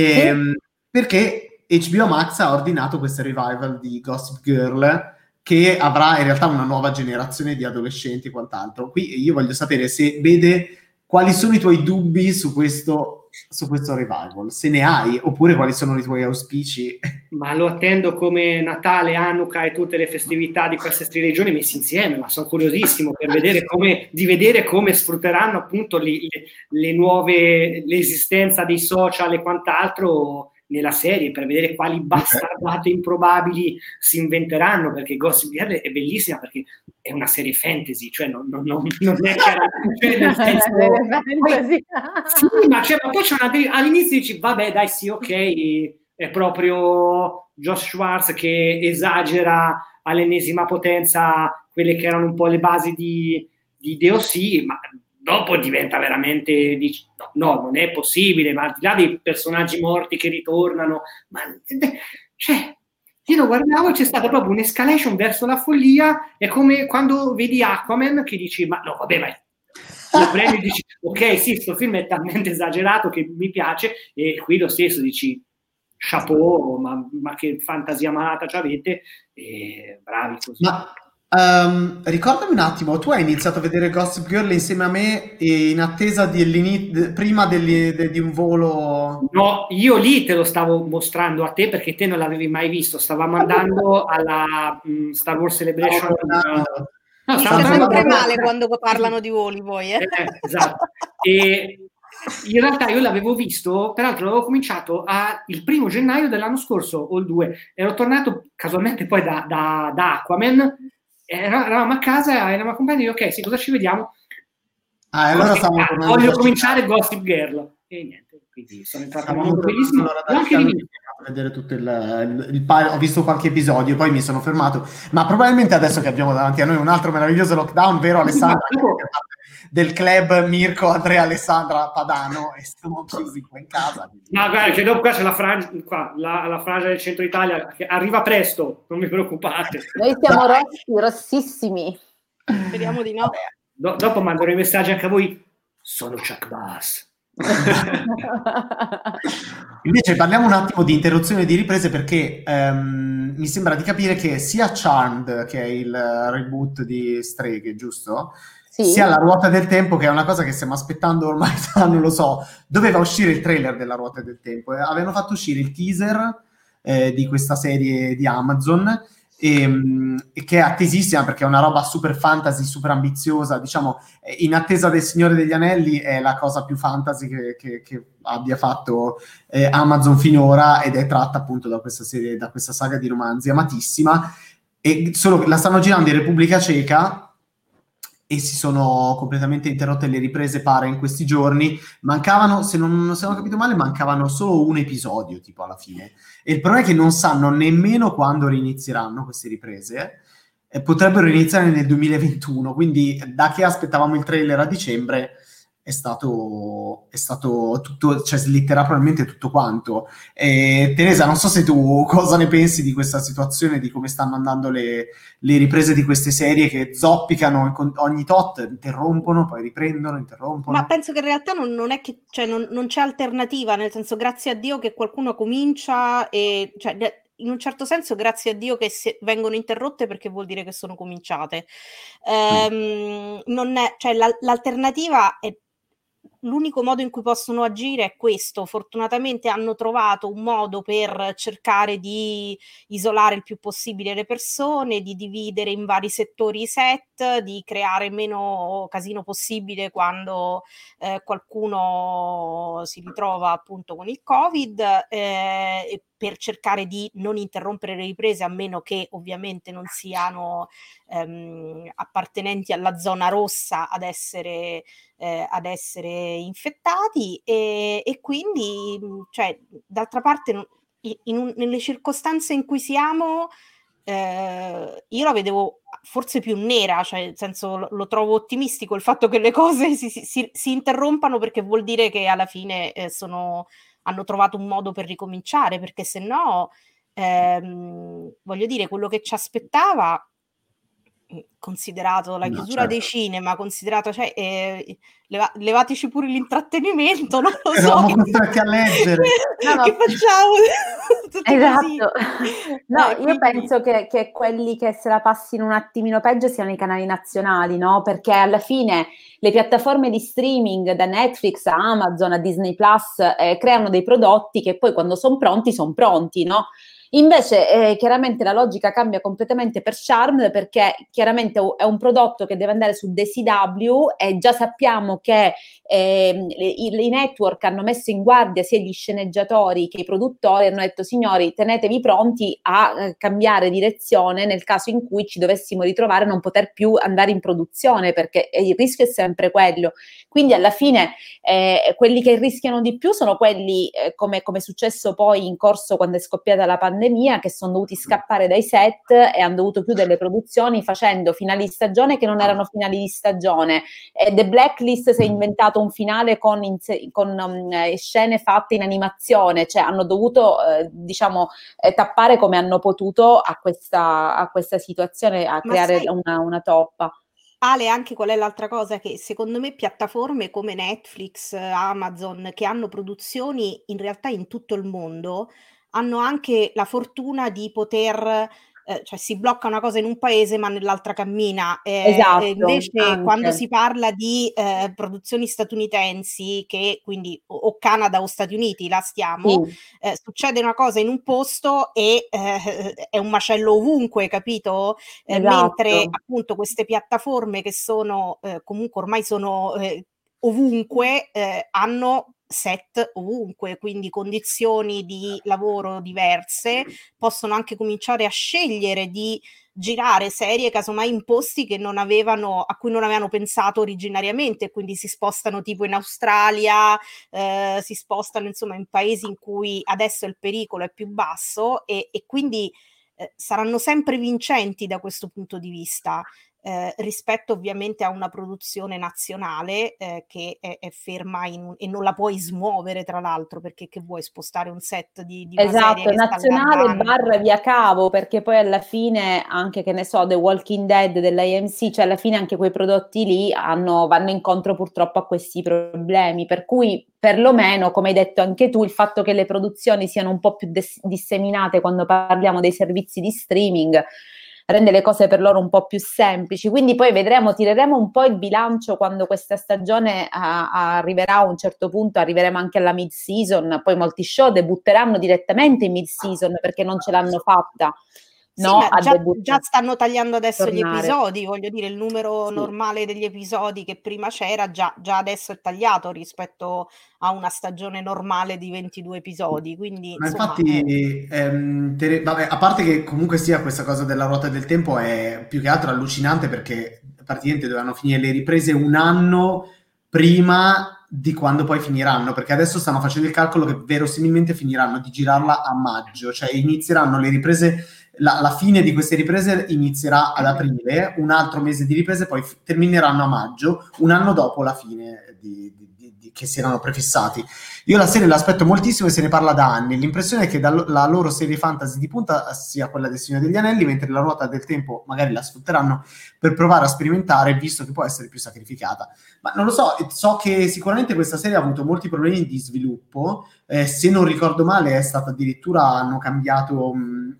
perché HBO Max ha ordinato questo revival di Gossip Girl, che avrà in realtà una nuova generazione di adolescenti e quant'altro. Qui io voglio sapere se vede quali sono i tuoi dubbi su questo revival, se ne hai, oppure quali sono i tuoi auspici. Ma lo attendo come Natale, Hanukkah e tutte le festività di queste 3 regioni messi insieme, ma sono curiosissimo per vedere come sfrutteranno appunto le nuove, l'esistenza dei social e quant'altro nella serie, per vedere quali bastardate improbabili si inventeranno, perché Gossip Girl è bellissima perché è una serie fantasy, cioè non è chiaro, cioè nel senso, sì, ma poi c'è all'inizio dici vabbè dai sì, ok, è proprio Josh Schwartz che esagera all'ennesima potenza quelle che erano un po' le basi di DOC, ma dopo diventa veramente no, non è possibile, ma al di là dei personaggi morti che ritornano, ma cioè io lo guardavo e c'è stata proprio un'escalation verso la follia. È come quando vedi Aquaman che dici ma no vabbè, vai, lo prendi e dici ok sì, sto film è talmente esagerato che mi piace, e qui lo stesso dici chapeau, ma che fantasia malata ci avete, e bravi così. Ricordami un attimo, tu hai iniziato a vedere Gossip Girl insieme a me in attesa prima di un volo. No, io lì te lo stavo mostrando a te perché te non l'avevi mai visto. Stavamo andando alla Star Wars Celebration. No, stavamo sempre male quando parlano di voli poi. Esatto. E in realtà io l'avevo visto, peraltro l'avevo cominciato il 1° gennaio dell'anno scorso o il 2. Ero tornato casualmente poi da Aquaman. Eravamo a casa, eravamo accompagnati, ok, sì, cosa ci vediamo? Allora voglio cominciare Gossip Girl. E niente, quindi sono entrato in un mondo bellissimo. Vedere tutto ho visto qualche episodio, poi mi sono fermato, ma probabilmente adesso che abbiamo davanti a noi un altro meraviglioso lockdown, vero Alessandra? Del club Mirko, Andrea, Alessandra, Padano, e siamo chiusi qua in casa. No, guarda, che dopo qua c'è la frangia del centro Italia che arriva presto, non vi preoccupate. Noi siamo rossissimi. Speriamo di no. Dopo manderò i messaggi anche a voi. Sono Chuck Bass. Invece parliamo un attimo di interruzione e di riprese, perché mi sembra di capire che sia Charmed, che è il reboot di Streghe, giusto? Sì. Sia La Ruota del Tempo, che è una cosa che stiamo aspettando ormai non lo so, doveva uscire il trailer della Ruota del Tempo, avevano fatto uscire il teaser di questa serie di Amazon, e che è attesissima perché è una roba super fantasy, super ambiziosa, diciamo, in attesa del Signore degli Anelli. È la cosa più fantasy che abbia fatto Amazon finora, ed è tratta appunto da questa serie, da questa saga di romanzi amatissima, e solo la stanno girando in Repubblica Ceca e si sono completamente interrotte le riprese, pare, in questi giorni. Mancavano, se non ho capito male, mancavano solo un episodio tipo alla fine, e il problema è che non sanno nemmeno quando rinizieranno queste riprese, potrebbero iniziare nel 2021, quindi da che aspettavamo il trailer a dicembre è stato tutto, cioè slitterà probabilmente tutto quanto. Teresa, non so se tu cosa ne pensi di questa situazione, di come stanno andando le riprese di queste serie che zoppicano ogni tot, interrompono, poi riprendono, interrompono. Ma penso che in realtà non è che, cioè, non c'è alternativa, nel senso, grazie a Dio che qualcuno comincia, e cioè, in un certo senso grazie a Dio che vengono interrotte, perché vuol dire che sono cominciate. Non è, cioè, l'alternativa è, l'unico modo in cui possono agire è questo. Fortunatamente hanno trovato un modo per cercare di isolare il più possibile le persone, di dividere in vari settori i set, di creare meno casino possibile quando qualcuno si ritrova appunto con il Covid, e per cercare di non interrompere le riprese, a meno che ovviamente non siano appartenenti alla zona rossa ad essere infettati, e quindi, cioè, d'altra parte, nelle circostanze in cui siamo, io la vedevo forse più nera, cioè, nel senso, lo trovo ottimistico il fatto che le cose si interrompano, perché vuol dire che alla fine hanno trovato un modo per ricominciare, perché se no, voglio dire, quello che ci aspettava, considerato la chiusura dei cinema, considerato, cioè, levateci pure l'intrattenimento, non lo so. Eravamo costretti a leggere. Che facciamo? Esatto. No, io penso che quelli che se la passino un attimino peggio siano i canali nazionali, no? Perché alla fine le piattaforme di streaming, da Netflix a Amazon a Disney Plus, creano dei prodotti che poi quando sono pronti, no? Invece chiaramente la logica cambia completamente per Charmed, perché chiaramente è un prodotto che deve andare su DCW, e già sappiamo che i network hanno messo in guardia sia gli sceneggiatori che i produttori, hanno detto: signori, tenetevi pronti a cambiare direzione nel caso in cui ci dovessimo ritrovare a non poter più andare in produzione, perché il rischio è sempre quello. Quindi alla fine quelli che rischiano di più sono quelli, come è successo poi in corso quando è scoppiata la pandemia, che sono dovuti scappare dai set e hanno dovuto chiudere le produzioni facendo finali di stagione che non erano finali di stagione. The Blacklist si è inventato un finale con scene fatte in animazione, cioè hanno dovuto tappare come hanno potuto a questa situazione, a creare una toppa. Ale, anche qual è l'altra cosa? Che secondo me piattaforme come Netflix, Amazon, che hanno produzioni in realtà in tutto il mondo, hanno anche la fortuna di poter cioè si blocca una cosa in un paese ma nell'altra cammina. Esatto, Invece anche. quando si parla di produzioni statunitensi, che quindi o Canada o Stati Uniti, là stiamo, Sì, succede una cosa in un posto e è un macello ovunque, capito? Mentre esatto. appunto queste piattaforme che sono comunque ormai sono ovunque, hanno set ovunque, quindi condizioni di lavoro diverse, possono anche cominciare a scegliere di girare serie casomai in posti che non avevano, a cui non avevano pensato originariamente, quindi si spostano tipo in Australia, si spostano insomma in paesi in cui adesso il pericolo è più basso e quindi saranno sempre vincenti da questo punto di vista. Rispetto ovviamente a una produzione nazionale che è ferma e non la puoi smuovere, tra l'altro, perché che vuoi spostare un set di una serie Esatto, che sta là da nazionale anni. barra via cavo, perché poi alla fine anche, che ne so, The Walking Dead dell'AMC, cioè alla fine anche quei prodotti lì vanno incontro purtroppo a questi problemi, per cui perlomeno, come hai detto anche tu, il fatto che le produzioni siano un po' più disseminate quando parliamo dei servizi di streaming rende le cose per loro un po' più semplici, quindi poi vedremo, tireremo un po' il bilancio quando questa stagione arriverà a un certo punto, arriveremo anche alla mid-season, poi molti show debutteranno direttamente in mid-season perché non ce l'hanno fatta. Sì, No, ma a già stanno tagliando adesso gli tornare. episodi, voglio dire, il numero Sì. normale degli episodi che prima c'era già adesso è tagliato rispetto a una stagione normale di 22 episodi, quindi Ma insomma infatti, vabbè, a parte che comunque sia questa cosa della ruota del tempo è più che altro allucinante perché praticamente dovevano finire le riprese un anno prima di quando poi finiranno, perché adesso stanno facendo il calcolo che verosimilmente finiranno di girarla a maggio, cioè inizieranno le riprese, la fine di queste riprese inizierà ad aprile, un altro mese di riprese, poi termineranno a maggio, un anno dopo la fine che si erano prefissati. Io la serie l'aspetto moltissimo e se ne parla da anni. L'impressione è che la loro serie fantasy di punta sia quella del Signore degli Anelli, mentre la ruota del tempo magari la sfrutteranno per provare a sperimentare, visto che può essere più sacrificata. Ma non lo so che sicuramente questa serie ha avuto molti problemi di sviluppo. Se non ricordo male, è stata addirittura hanno cambiato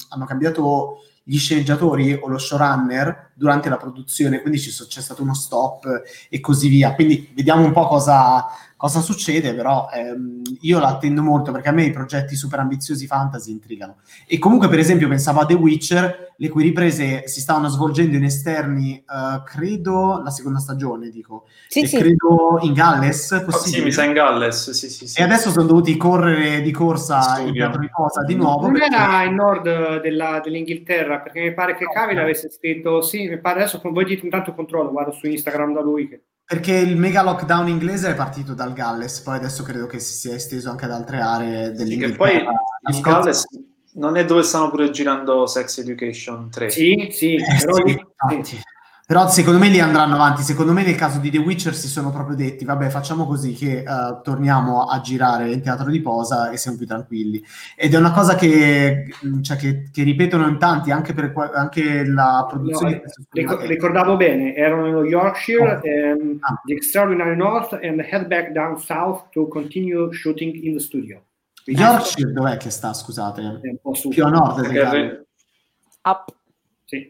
gli sceneggiatori o lo showrunner durante la produzione, quindi c'è stato uno stop e così via. Quindi vediamo un po' cosa succede, però io la attendo molto perché a me i progetti super ambiziosi fantasy intrigano. E comunque, per esempio, pensavo a The Witcher, le cui riprese si stavano svolgendo in esterni, credo la seconda stagione, dico, Sì, sì. credo in Galles, possibile? Sì, mi sa in Galles, sì. E adesso sono dovuti correre di corsa in teatro di posa di nuovo. Non era il nord dell'Inghilterra, perché mi pare che Cavill avesse scritto, sì, mi pare, adesso voi dite intanto controllo, guardo su Instagram da lui. Perché il mega lockdown inglese è partito dal Galles, poi adesso credo che si sia esteso anche ad altre aree dell'Inghilterra. Sì, che poi il Galles non è dove stanno pure girando Sex Education 3. Sì, però sì. Però secondo me lì andranno avanti. Secondo me nel caso di The Witcher si sono proprio detti vabbè, facciamo così che torniamo a girare in teatro di posa e siamo più tranquilli. Ed è una cosa che ripetono in tanti, anche la produzione. Ricordavo bene, erano nello Yorkshire, the Extraordinary North and head back down south to continue shooting in the studio. Yorkshire dov'è che sta, scusate? È un po' su. Più a nord del Up. Sì.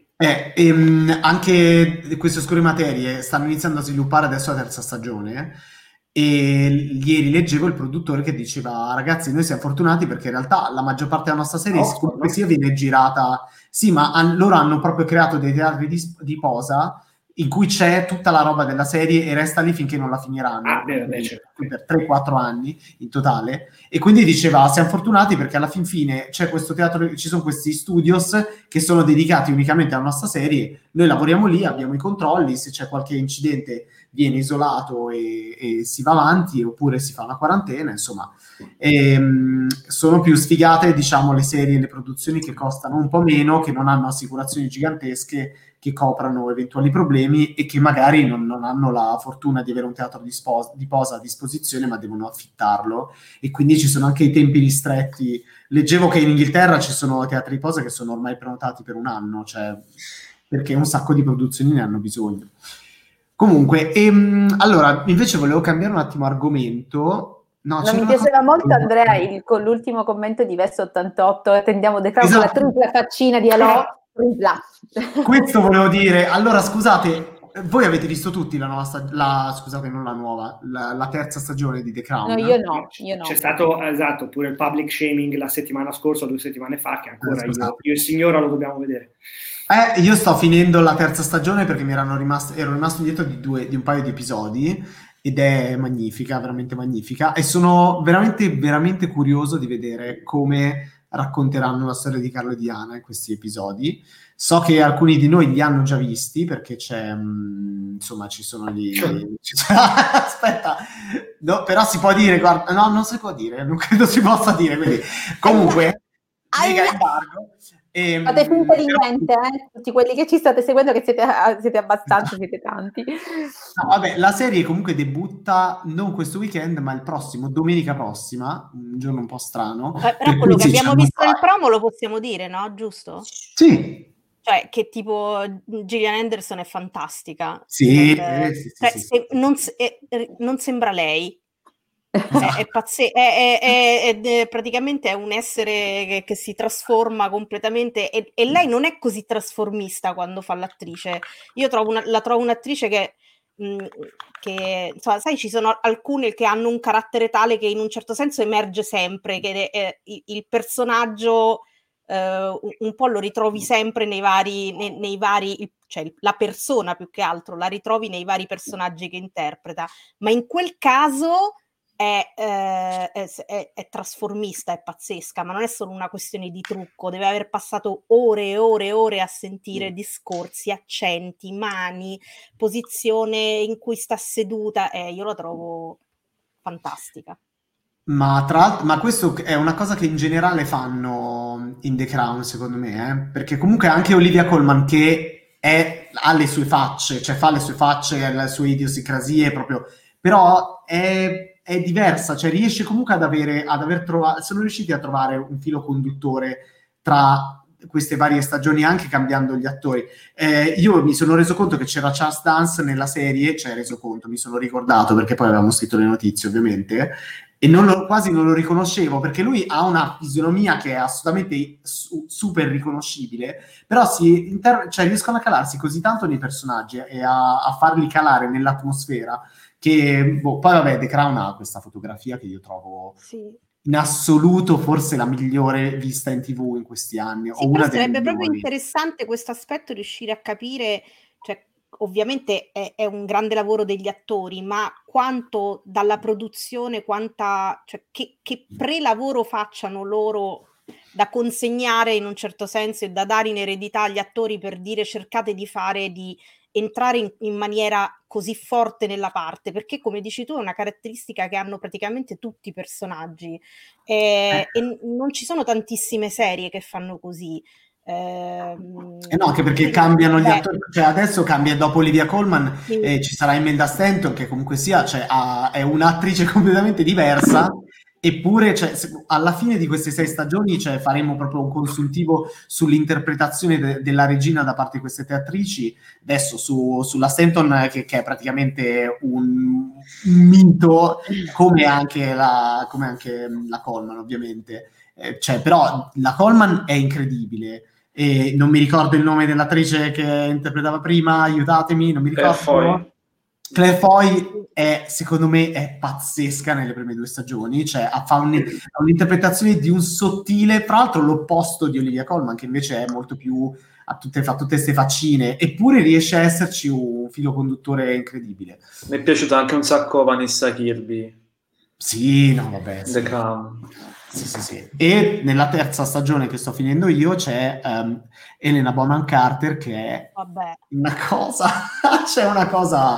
Anche queste oscure materie stanno iniziando a sviluppare adesso la terza stagione e ieri leggevo il produttore che diceva ragazzi, noi siamo fortunati perché in realtà la maggior parte della nostra serie comunque sia viene girata, sì, ma loro hanno proprio creato dei teatri di posa in cui c'è tutta la roba della serie e resta lì finché non la finiranno, per 3-4 anni in totale. E quindi diceva siamo fortunati perché alla fine c'è questo teatro, ci sono questi studios che sono dedicati unicamente alla nostra serie, noi lavoriamo lì, abbiamo i controlli, se c'è qualche incidente viene isolato e si va avanti, oppure si fa una quarantena, insomma. Sono più sfigate, diciamo, le serie, le produzioni che costano un po' meno, che non hanno assicurazioni gigantesche, che coprano eventuali problemi e che magari non hanno la fortuna di avere un teatro di posa a disposizione, ma devono affittarlo, e quindi ci sono anche i tempi ristretti. Leggevo che in Inghilterra ci sono teatri di posa che sono ormai prenotati per un anno, cioè perché un sacco di produzioni ne hanno bisogno. Comunque, allora, invece volevo cambiare un attimo argomento. No, mi piaceva molto, Andrea, con l'ultimo commento di Verso 88, tendiamo la tripla faccina di Alò. Questo volevo dire. Allora, scusate, voi avete visto tutti la nuova scusate, non la nuova, la terza stagione di The Crown? No, io no. C'è stato, esatto, pure il public shaming la settimana scorsa o 2 settimane fa, che ancora io e il signora lo dobbiamo vedere. Io sto finendo la terza stagione perché ero rimasto indietro di un paio di episodi ed è magnifica, veramente magnifica, e sono veramente, veramente curioso di vedere come racconteranno la storia di Carlo e Diana in questi episodi. So che alcuni di noi li hanno già visti perché c'è, insomma, ci sono aspetta, no, però si può dire, guarda, no, non si può dire, non credo si possa dire, quindi comunque mega embargo. Fate finta di niente, tutti quelli che ci state seguendo, che siete abbastanza, siete tanti. No, vabbè, la serie comunque debutta non questo weekend, ma il prossimo, domenica prossima, un giorno un po' strano. Però quello che abbiamo visto nel promo lo possiamo dire, no? Giusto? Sì. Cioè, che tipo Gillian Anderson è fantastica. Sì, sì. Non sembra lei. È praticamente è un essere che si trasforma completamente e lei non è così trasformista quando fa l'attrice. Io la trovo un'attrice che insomma, sai, ci sono alcune che hanno un carattere tale che in un certo senso emerge sempre, che il personaggio un po' lo ritrovi sempre nei vari, cioè la persona più che altro la ritrovi nei vari personaggi che interpreta, ma in quel caso è trasformista, è pazzesca, ma non è solo una questione di trucco, deve aver passato ore e ore e ore a sentire discorsi, accenti, mani, posizione in cui sta seduta, io la trovo fantastica. Ma tra l'altro, ma questo è una cosa che in generale fanno in The Crown, secondo me, perché comunque anche Olivia Colman, che ha le sue facce, cioè fa le sue facce, ha le sue idiosincrasie proprio, però è diversa, cioè riesce comunque ad aver trovato, sono riusciti a trovare un filo conduttore tra queste varie stagioni, anche cambiando gli attori. Io mi sono reso conto che c'era Charles Dance nella serie, mi sono ricordato perché poi avevamo scritto le notizie ovviamente, e quasi non lo riconoscevo perché lui ha una fisionomia che è assolutamente super riconoscibile, però cioè riescono a calarsi così tanto nei personaggi e a farli calare nell'atmosfera che poi vabbè, The Crown ha questa fotografia che io trovo in assoluto forse la migliore vista in TV in questi anni. Sì, però sarebbe proprio interessante questo aspetto, riuscire a capire, cioè ovviamente è un grande lavoro degli attori, ma quanto dalla produzione, cioè che pre-lavoro facciano loro da consegnare in un certo senso e da dare in eredità agli attori per dire cercate di entrare in maniera così forte nella parte, perché come dici tu è una caratteristica che hanno praticamente tutti i personaggi e non ci sono tantissime serie che fanno così. No, anche perché cambiano gli attori, cioè adesso cambia, dopo Olivia Colman ci sarà Imelda Stanton che comunque sia, cioè, è un'attrice completamente diversa, eppure cioè, alla fine di queste 6 stagioni faremo proprio un consuntivo sull'interpretazione della regina da parte di queste 3 attrici. Adesso sulla Stanton che è praticamente un mito, come anche la Colman ovviamente, però la Colman è incredibile. E non mi ricordo il nome dell'attrice che interpretava prima, aiutatemi, non mi ricordo. Claire Foy secondo me è pazzesca nelle prime 2 stagioni, cioè fa un'interpretazione di un sottile, tra l'altro l'opposto di Olivia Colman, che invece è molto più fa tutte queste faccine, eppure riesce a esserci un filo conduttore incredibile. Mi è piaciuta anche un sacco Vanessa Kirby. Sì, no, vabbè. The Crown. Sì. E nella terza stagione che sto finendo io c'è Helena Bonham Carter, che è una cosa c'è una cosa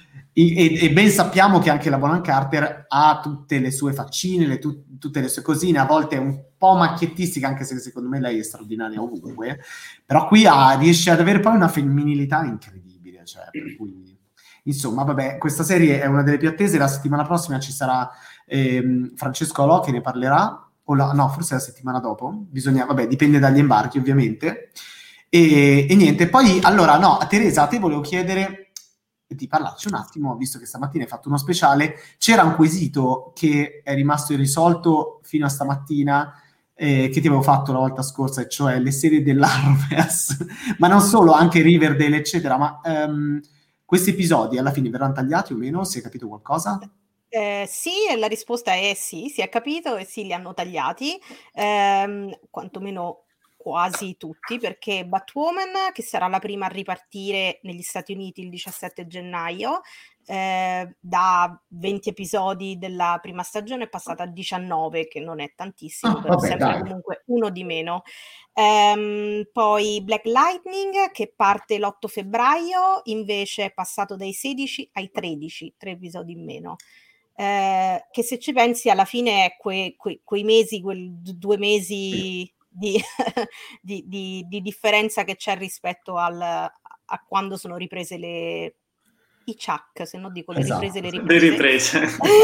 e ben sappiamo che anche la Bonham Carter ha tutte le sue faccine, tutte le sue cosine, a volte un po' macchiettistica, anche se secondo me lei è straordinaria ovunque, però qui riesce ad avere poi una femminilità incredibile, cioè, per cui insomma, vabbè, questa serie è una delle più attese. La settimana prossima ci sarà Francesco Alò che ne parlerà, no, forse la settimana dopo, dipende dagli embarchi ovviamente, e niente, poi allora no, Teresa, a te volevo chiedere di parlarci un attimo, visto che stamattina hai fatto uno speciale, c'era un quesito che è rimasto irrisolto fino a stamattina, che ti avevo fatto la volta scorsa, e cioè le serie dell'Arrowverse, ma non solo, anche Riverdale, eccetera. Ma questi episodi alla fine verranno tagliati o meno? Si è capito qualcosa? Sì, la risposta è sì, si è capito e sì, li hanno tagliati, quantomeno quasi tutti, perché Batwoman, che sarà la prima a ripartire negli Stati Uniti il 17 gennaio, da 20 episodi della prima stagione è passata a 19, che non è tantissimo, però vabbè, sempre dai. comunque uno di meno. Poi Black Lightning, che parte l'8 febbraio, invece è passato dai 16 ai 13, 3 episodi in meno. Che se ci pensi alla fine è quei mesi, 2 mesi di, di differenza che c'è rispetto a quando sono riprese i Chuck, se no dico le riprese, Esatto, le riprese.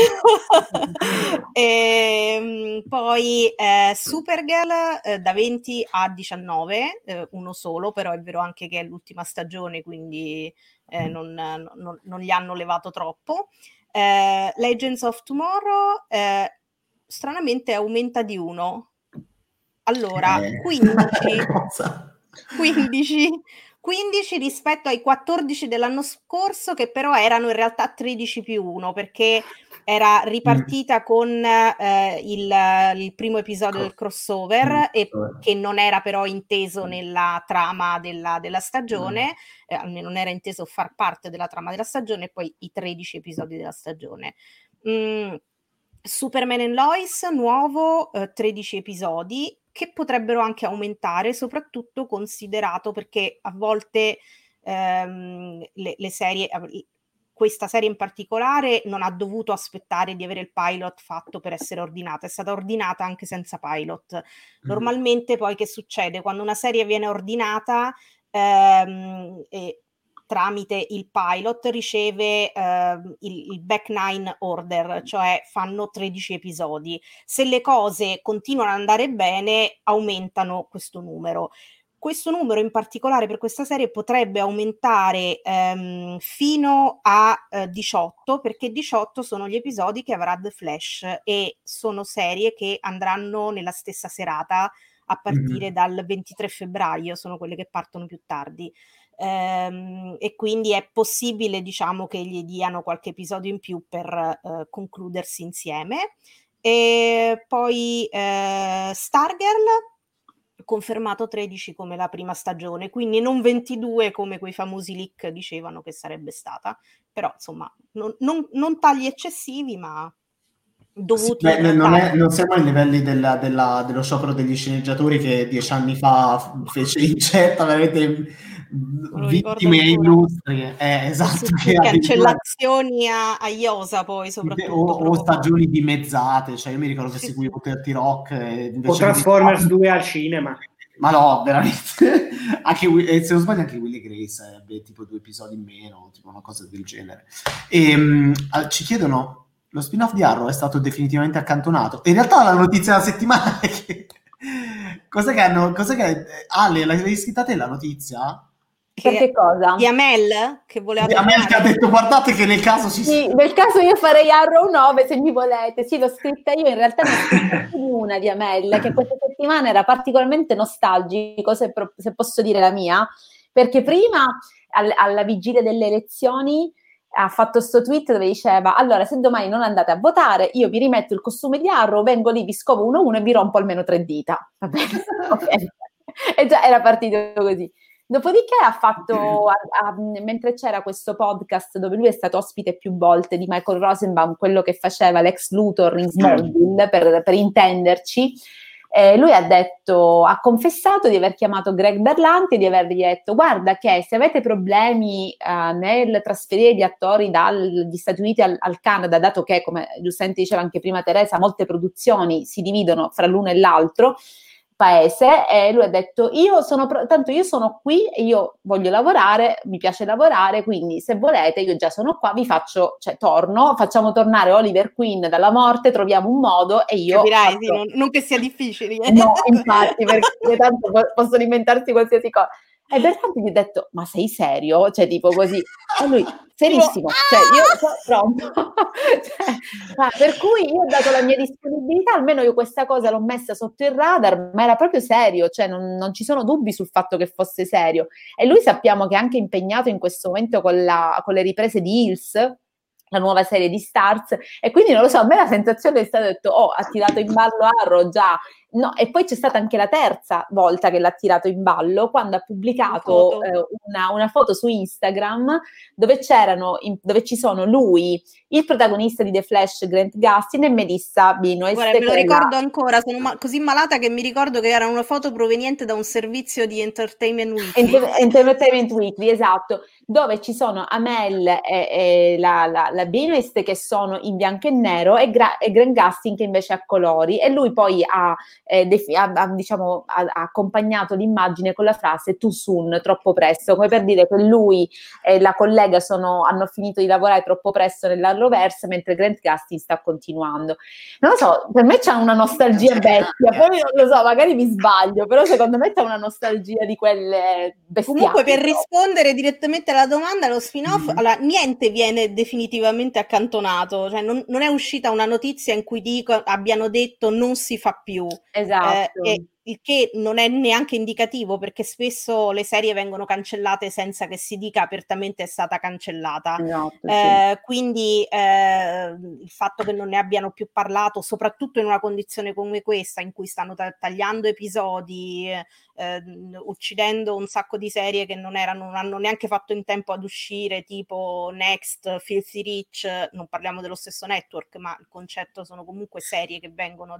Poi Supergirl da 20 a 19, uno solo, però è vero anche che è l'ultima stagione, quindi non gli hanno levato troppo. Legends of Tomorrow stranamente aumenta di 1. Allora, 15 rispetto ai 14 dell'anno scorso, che però erano in realtà 13 più 1, perché era ripartita con il primo episodio del crossover, e che non era però inteso nella trama della stagione, almeno non era inteso far parte della trama della stagione, e poi i 13 episodi della stagione. Superman and Lois, nuovo, 13 episodi, che potrebbero anche aumentare, soprattutto considerato perché a volte le serie, questa serie in particolare, non ha dovuto aspettare di avere il pilot fatto per essere ordinata, è stata ordinata anche senza pilot. Normalmente poi che succede? Quando una serie viene ordinata, tramite il pilot riceve il back 9 order, cioè fanno 13 episodi. Se le cose continuano ad andare bene, aumentano questo numero. Questo numero in particolare per questa serie potrebbe aumentare fino a 18, perché 18 sono gli episodi che avrà The Flash, e sono serie che andranno nella stessa serata a partire dal 23 febbraio, sono quelle che partono più tardi. E quindi è possibile, diciamo, che gli diano qualche episodio in più per concludersi insieme. E poi Stargirl, confermato 13 come la prima stagione, quindi non 22 come quei famosi leak dicevano che sarebbe stata, però insomma non tagli eccessivi, ma dovuti. Sì, non siamo ai livelli dello sciopero degli sceneggiatori che 10 anni fa fece incetta veramente vittime illustri, esatto, che cancellazioni a Iosa, poi soprattutto o stagioni dimezzate, cioè io mi ricordo che seguivo 30 Rock o Transformers 2 al cinema, ma no, veramente anche se non sbaglio anche Will e Grace ebbe tipo 2 episodi in meno, tipo una cosa del genere. E ci chiedono: lo spin-off di Arrow è stato definitivamente accantonato? In realtà la notizia della settimana è che cos'è che Ale, l'hai scritta te la notizia? Per che cosa? Di Amel che voleva Amel che ha detto: guardate che nel caso sì, nel caso io farei Arrow 9 se mi volete. Sì, l'ho scritta io, in realtà ne ho scritta più di una di Amel, che questa settimana era particolarmente nostalgico, se posso dire la mia, perché prima alla vigilia delle elezioni ha fatto sto tweet dove diceva: allora, se domani non andate a votare, io vi rimetto il costume di Arrow, vengo lì, vi scovo 1-1 e vi rompo almeno 3 dita. Va bene? Okay. E già era partito così. Dopodiché ha fatto, mentre c'era questo podcast dove lui è stato ospite più volte, di Michael Rosenbaum, quello che faceva Lex Luthor in Smallville, per intenderci, lui ha confessato di aver chiamato Greg Berlanti e di avergli detto: guarda che se avete problemi nel trasferire gli attori dagli Stati Uniti al Canada, dato che, come giustamente diceva anche prima Teresa, molte produzioni si dividono fra l'uno e l'altro paese, e lui ha detto: tanto io sono qui e io voglio lavorare, mi piace lavorare, quindi se volete io già sono qua, vi faccio, torno, facciamo tornare Oliver Queen dalla morte, troviamo un modo e io... Capirai, sì, non che sia difficile. No, infatti, perché tanto possono inventarsi qualsiasi cosa. E Bertanti gli ha detto: ma sei serio? Cioè, tipo così. E lui, serissimo, io pronto. Per cui io ho dato la mia disponibilità, almeno io questa cosa l'ho messa sotto il radar, ma era proprio serio, cioè non ci sono dubbi sul fatto che fosse serio. E lui sappiamo che è anche impegnato in questo momento con le riprese di Hills, la nuova serie di Starz, e quindi non lo so, a me la sensazione è stata detto, ha tirato in ballo Arrow già. No, e poi c'è stata anche la terza volta che l'ha tirato in ballo, quando ha pubblicato una foto su Instagram dove ci sono lui, il protagonista di The Flash, Grant Gustin, e Melissa Benoist. Guarda, me lo ricordo ancora, sono così malata che mi ricordo che era una foto proveniente da un servizio di Entertainment Weekly. Entertainment Weekly, esatto, dove ci sono Amel e la Benoist che sono in bianco e nero e Grant Gustin che invece è a colori, e lui poi ha accompagnato l'immagine con la frase too soon, troppo presto, come per dire che lui e la collega hanno finito di lavorare troppo presto nell'Arrowverse, mentre Grant Gustin sta continuando. Non lo so, per me c'è una nostalgia vecchia, poi non lo so, magari mi sbaglio, però secondo me c'è una nostalgia di quelle bestiali. Comunque, per rispondere direttamente alla domanda, lo spin-off, allora, niente viene definitivamente accantonato, cioè non è uscita una notizia in cui abbiano detto non si fa più. Esatto. Il che non è neanche indicativo, perché spesso le serie vengono cancellate senza che si dica apertamente è stata cancellata. Esatto, sì. Quindi il fatto che non ne abbiano più parlato, soprattutto in una condizione come questa in cui stanno tagliando episodi, uccidendo un sacco di serie che non hanno neanche fatto in tempo ad uscire, tipo Next, Filthy Rich, non parliamo dello stesso network, ma il concetto sono comunque serie che vengono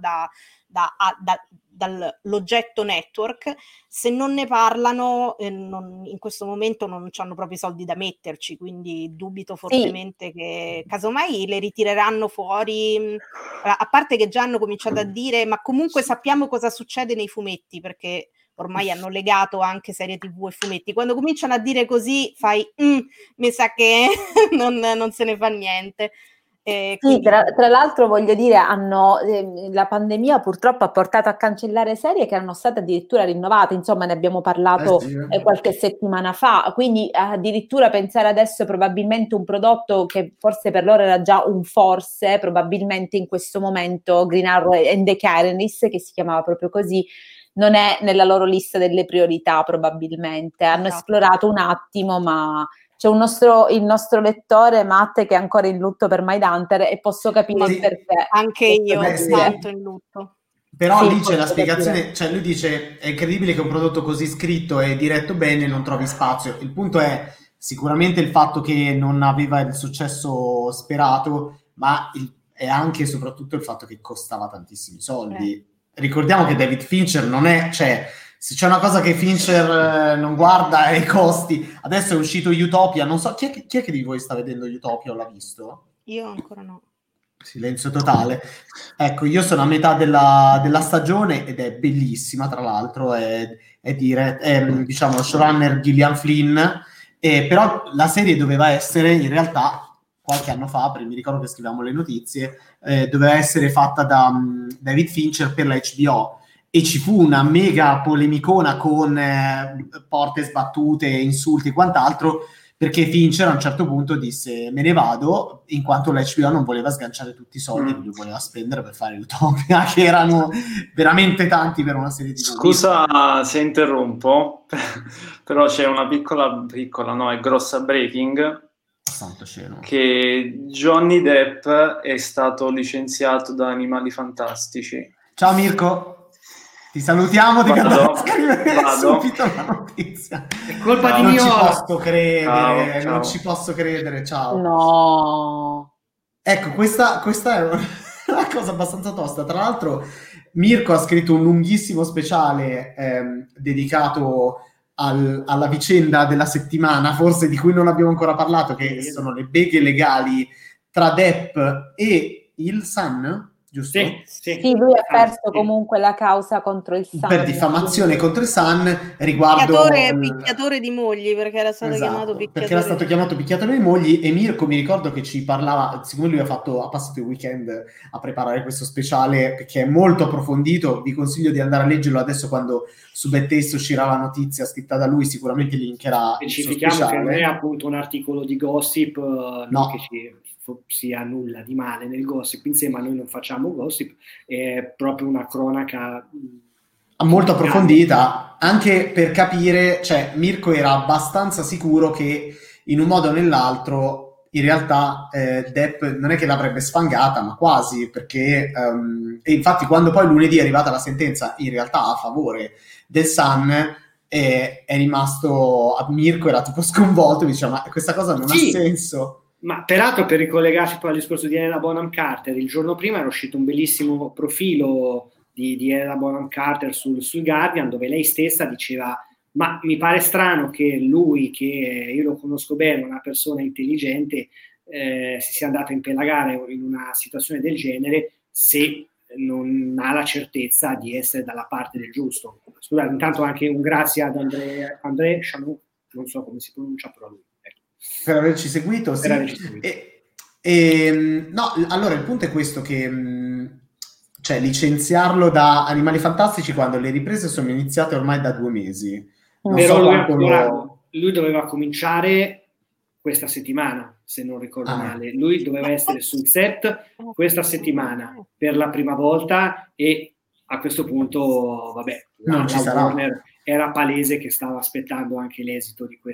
dall'oggetto network. Se non ne parlano, in questo momento non hanno proprio i soldi da metterci, quindi dubito fortemente che casomai le ritireranno fuori, a parte che già hanno cominciato a dire ma comunque sappiamo cosa succede nei fumetti, perché ormai hanno legato anche serie TV e fumetti. Quando cominciano a dire così fai mi sa che non se ne fa niente. Sì, Quindi... tra l'altro voglio dire, la pandemia purtroppo ha portato a cancellare serie che erano state addirittura rinnovate, insomma ne abbiamo parlato qualche settimana fa, quindi addirittura pensare adesso probabilmente un prodotto che forse per loro era già un forse, probabilmente in questo momento Green Arrow and the Kaenerys, che si chiamava proprio così, non è nella loro lista delle priorità probabilmente, hanno esplorato un attimo, ma... C'è il nostro lettore Matte che è ancora in lutto per Mindhunter e posso capire il perché. Anche io tanto in lutto. Però lì c'è la spiegazione, cioè lui dice è incredibile che un prodotto così scritto e diretto bene non trovi spazio. Il punto è sicuramente il fatto che non aveva il successo sperato, ma è anche e soprattutto il fatto che costava tantissimi soldi. Ricordiamo che David Fincher non è... cioè se c'è una cosa che Fincher non guarda è i costi. Adesso è uscito Utopia, non so, chi è che di voi sta vedendo Utopia o l'ha visto? Io ancora no. Silenzio totale. Ecco, io sono a metà della stagione ed è bellissima, tra l'altro, è diciamo, lo showrunner Gillian Flynn, però la serie doveva essere, in realtà, qualche anno fa, mi ricordo che scrivevamo le notizie, doveva essere fatta da David Fincher per la HBO, e ci fu una mega polemicona con porte sbattute, insulti e quant'altro, perché Fincher a un certo punto disse me ne vado, in quanto la HBO non voleva sganciare tutti i soldi che lui voleva spendere per fare Utopia, che erano veramente tanti per una serie di... Scusa se interrompo, però c'è una piccola no, è grossa breaking, Santo cielo, che Johnny Depp è stato licenziato da Animali Fantastici. Ciao Mirko, ti salutiamo, ti devo scrivere subito la notizia. È colpa di non mio. Ci posso credere, ciao. Non ci posso credere, ciao. No. Ecco, questa è una cosa abbastanza tosta. Tra l'altro Mirko ha scritto un lunghissimo speciale dedicato alla vicenda della settimana, forse di cui non abbiamo ancora parlato, che sono le beghe legali tra Depp e il Sun. Giusto? Sì, lui ha perso comunque la causa contro il Sun. Per diffamazione contro il Sun riguardo... Picchiatore di mogli, perché era stato chiamato picchiatore. Perché era stato chiamato picchiatore di mogli, e Mirko mi ricordo che ci parlava, siccome lui ha passato il weekend a preparare questo speciale che è molto approfondito, vi consiglio di andare a leggerlo adesso quando su Bad Taste uscirà la notizia scritta da lui, sicuramente linkerà. Specifichiamo che non è appunto un articolo di gossip, no. che ci sia nulla di male nel gossip insieme, a noi non facciamo gossip, è proprio una cronaca molto approfondita, anche per capire, cioè Mirko era abbastanza sicuro che in un modo o nell'altro in realtà Depp non è che l'avrebbe sfangata, ma quasi, perché e infatti quando poi lunedì è arrivata la sentenza in realtà a favore del Sun, è rimasto, Mirko era tipo sconvolto, diceva ma questa cosa non ha senso. Ma peraltro, per ricollegarci poi al discorso di Helena Bonham Carter, il giorno prima era uscito un bellissimo profilo di Helena Bonham Carter sul Guardian, dove lei stessa diceva: ma mi pare strano che lui, che io lo conosco bene, una persona intelligente, si sia andato a impelagare in una situazione del genere se non ha la certezza di essere dalla parte del giusto. Scusate, intanto anche un grazie ad André Chanou, non so come si pronuncia, però lui. Per averci seguito, sì. No, allora il punto è questo, che cioè licenziarlo da Animali Fantastici quando le riprese sono iniziate ormai da 2 mesi. Però lui doveva cominciare questa settimana, se non ricordo male. Lui doveva essere sul set questa settimana per la prima volta, e a questo punto, vabbè, non ci sarà. Warner era palese che stava aspettando anche l'esito di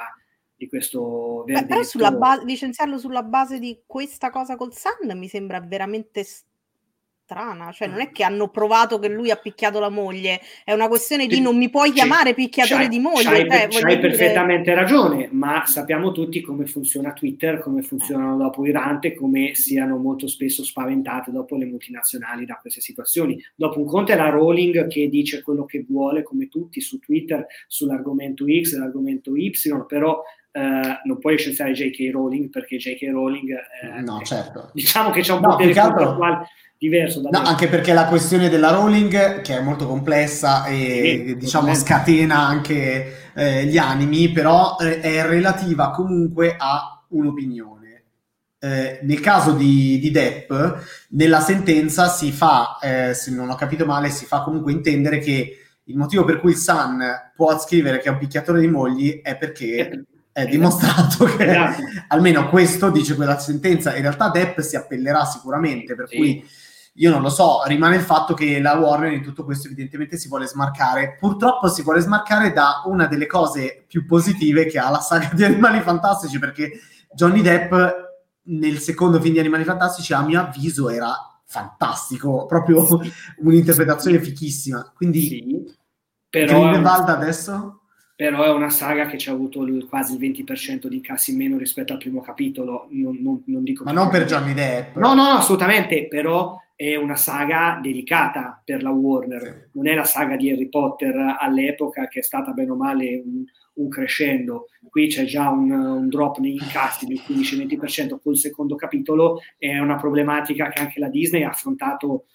questo verdetto. Però licenziarlo sulla base di questa cosa col Sun mi sembra veramente strana, cioè non è che hanno provato che lui ha picchiato la moglie, è una questione di non mi puoi chiamare picchiatore di moglie. C'hai perfettamente ragione, ma sappiamo tutti come funziona Twitter, come funzionano dopo i rant e come siano molto spesso spaventate dopo le multinazionali da queste situazioni. Dopo un conto è la Rowling che dice quello che vuole, come tutti su Twitter, sull'argomento X, l'argomento Y, però non puoi licenziare J.K. Rowling, perché J.K. Rowling certo. Diciamo che c'è un potere contrattuale diverso da anche perché la questione della Rowling, che è molto complessa e diciamo scatena anche gli animi, però è relativa comunque a un'opinione. Nel caso di Depp, nella sentenza si fa, se non ho capito male, si fa comunque intendere che il motivo per cui il Sun può scrivere che è un picchiatore di mogli è perché è dimostrato che almeno questo dice quella sentenza. In realtà Depp si appellerà sicuramente, per cui io non lo so, rimane il fatto che la Warner in tutto questo evidentemente si vuole smarcare, purtroppo si vuole smarcare da una delle cose più positive che ha la saga di Animali Fantastici, perché Johnny Depp nel secondo film di Animali Fantastici a mio avviso era fantastico, proprio un'interpretazione fichissima, quindi però Grindelwald adesso? Però è una saga che ci ha avuto quasi il 20% di incassi in meno rispetto al primo capitolo, non dico. Ma non per Johnny Depp. No, assolutamente, però è una saga delicata per la Warner, non è la saga di Harry Potter all'epoca, che è stata bene o male un crescendo. Qui c'è già un drop negli incassi del 15-20% col secondo capitolo, è una problematica che anche la Disney ha affrontato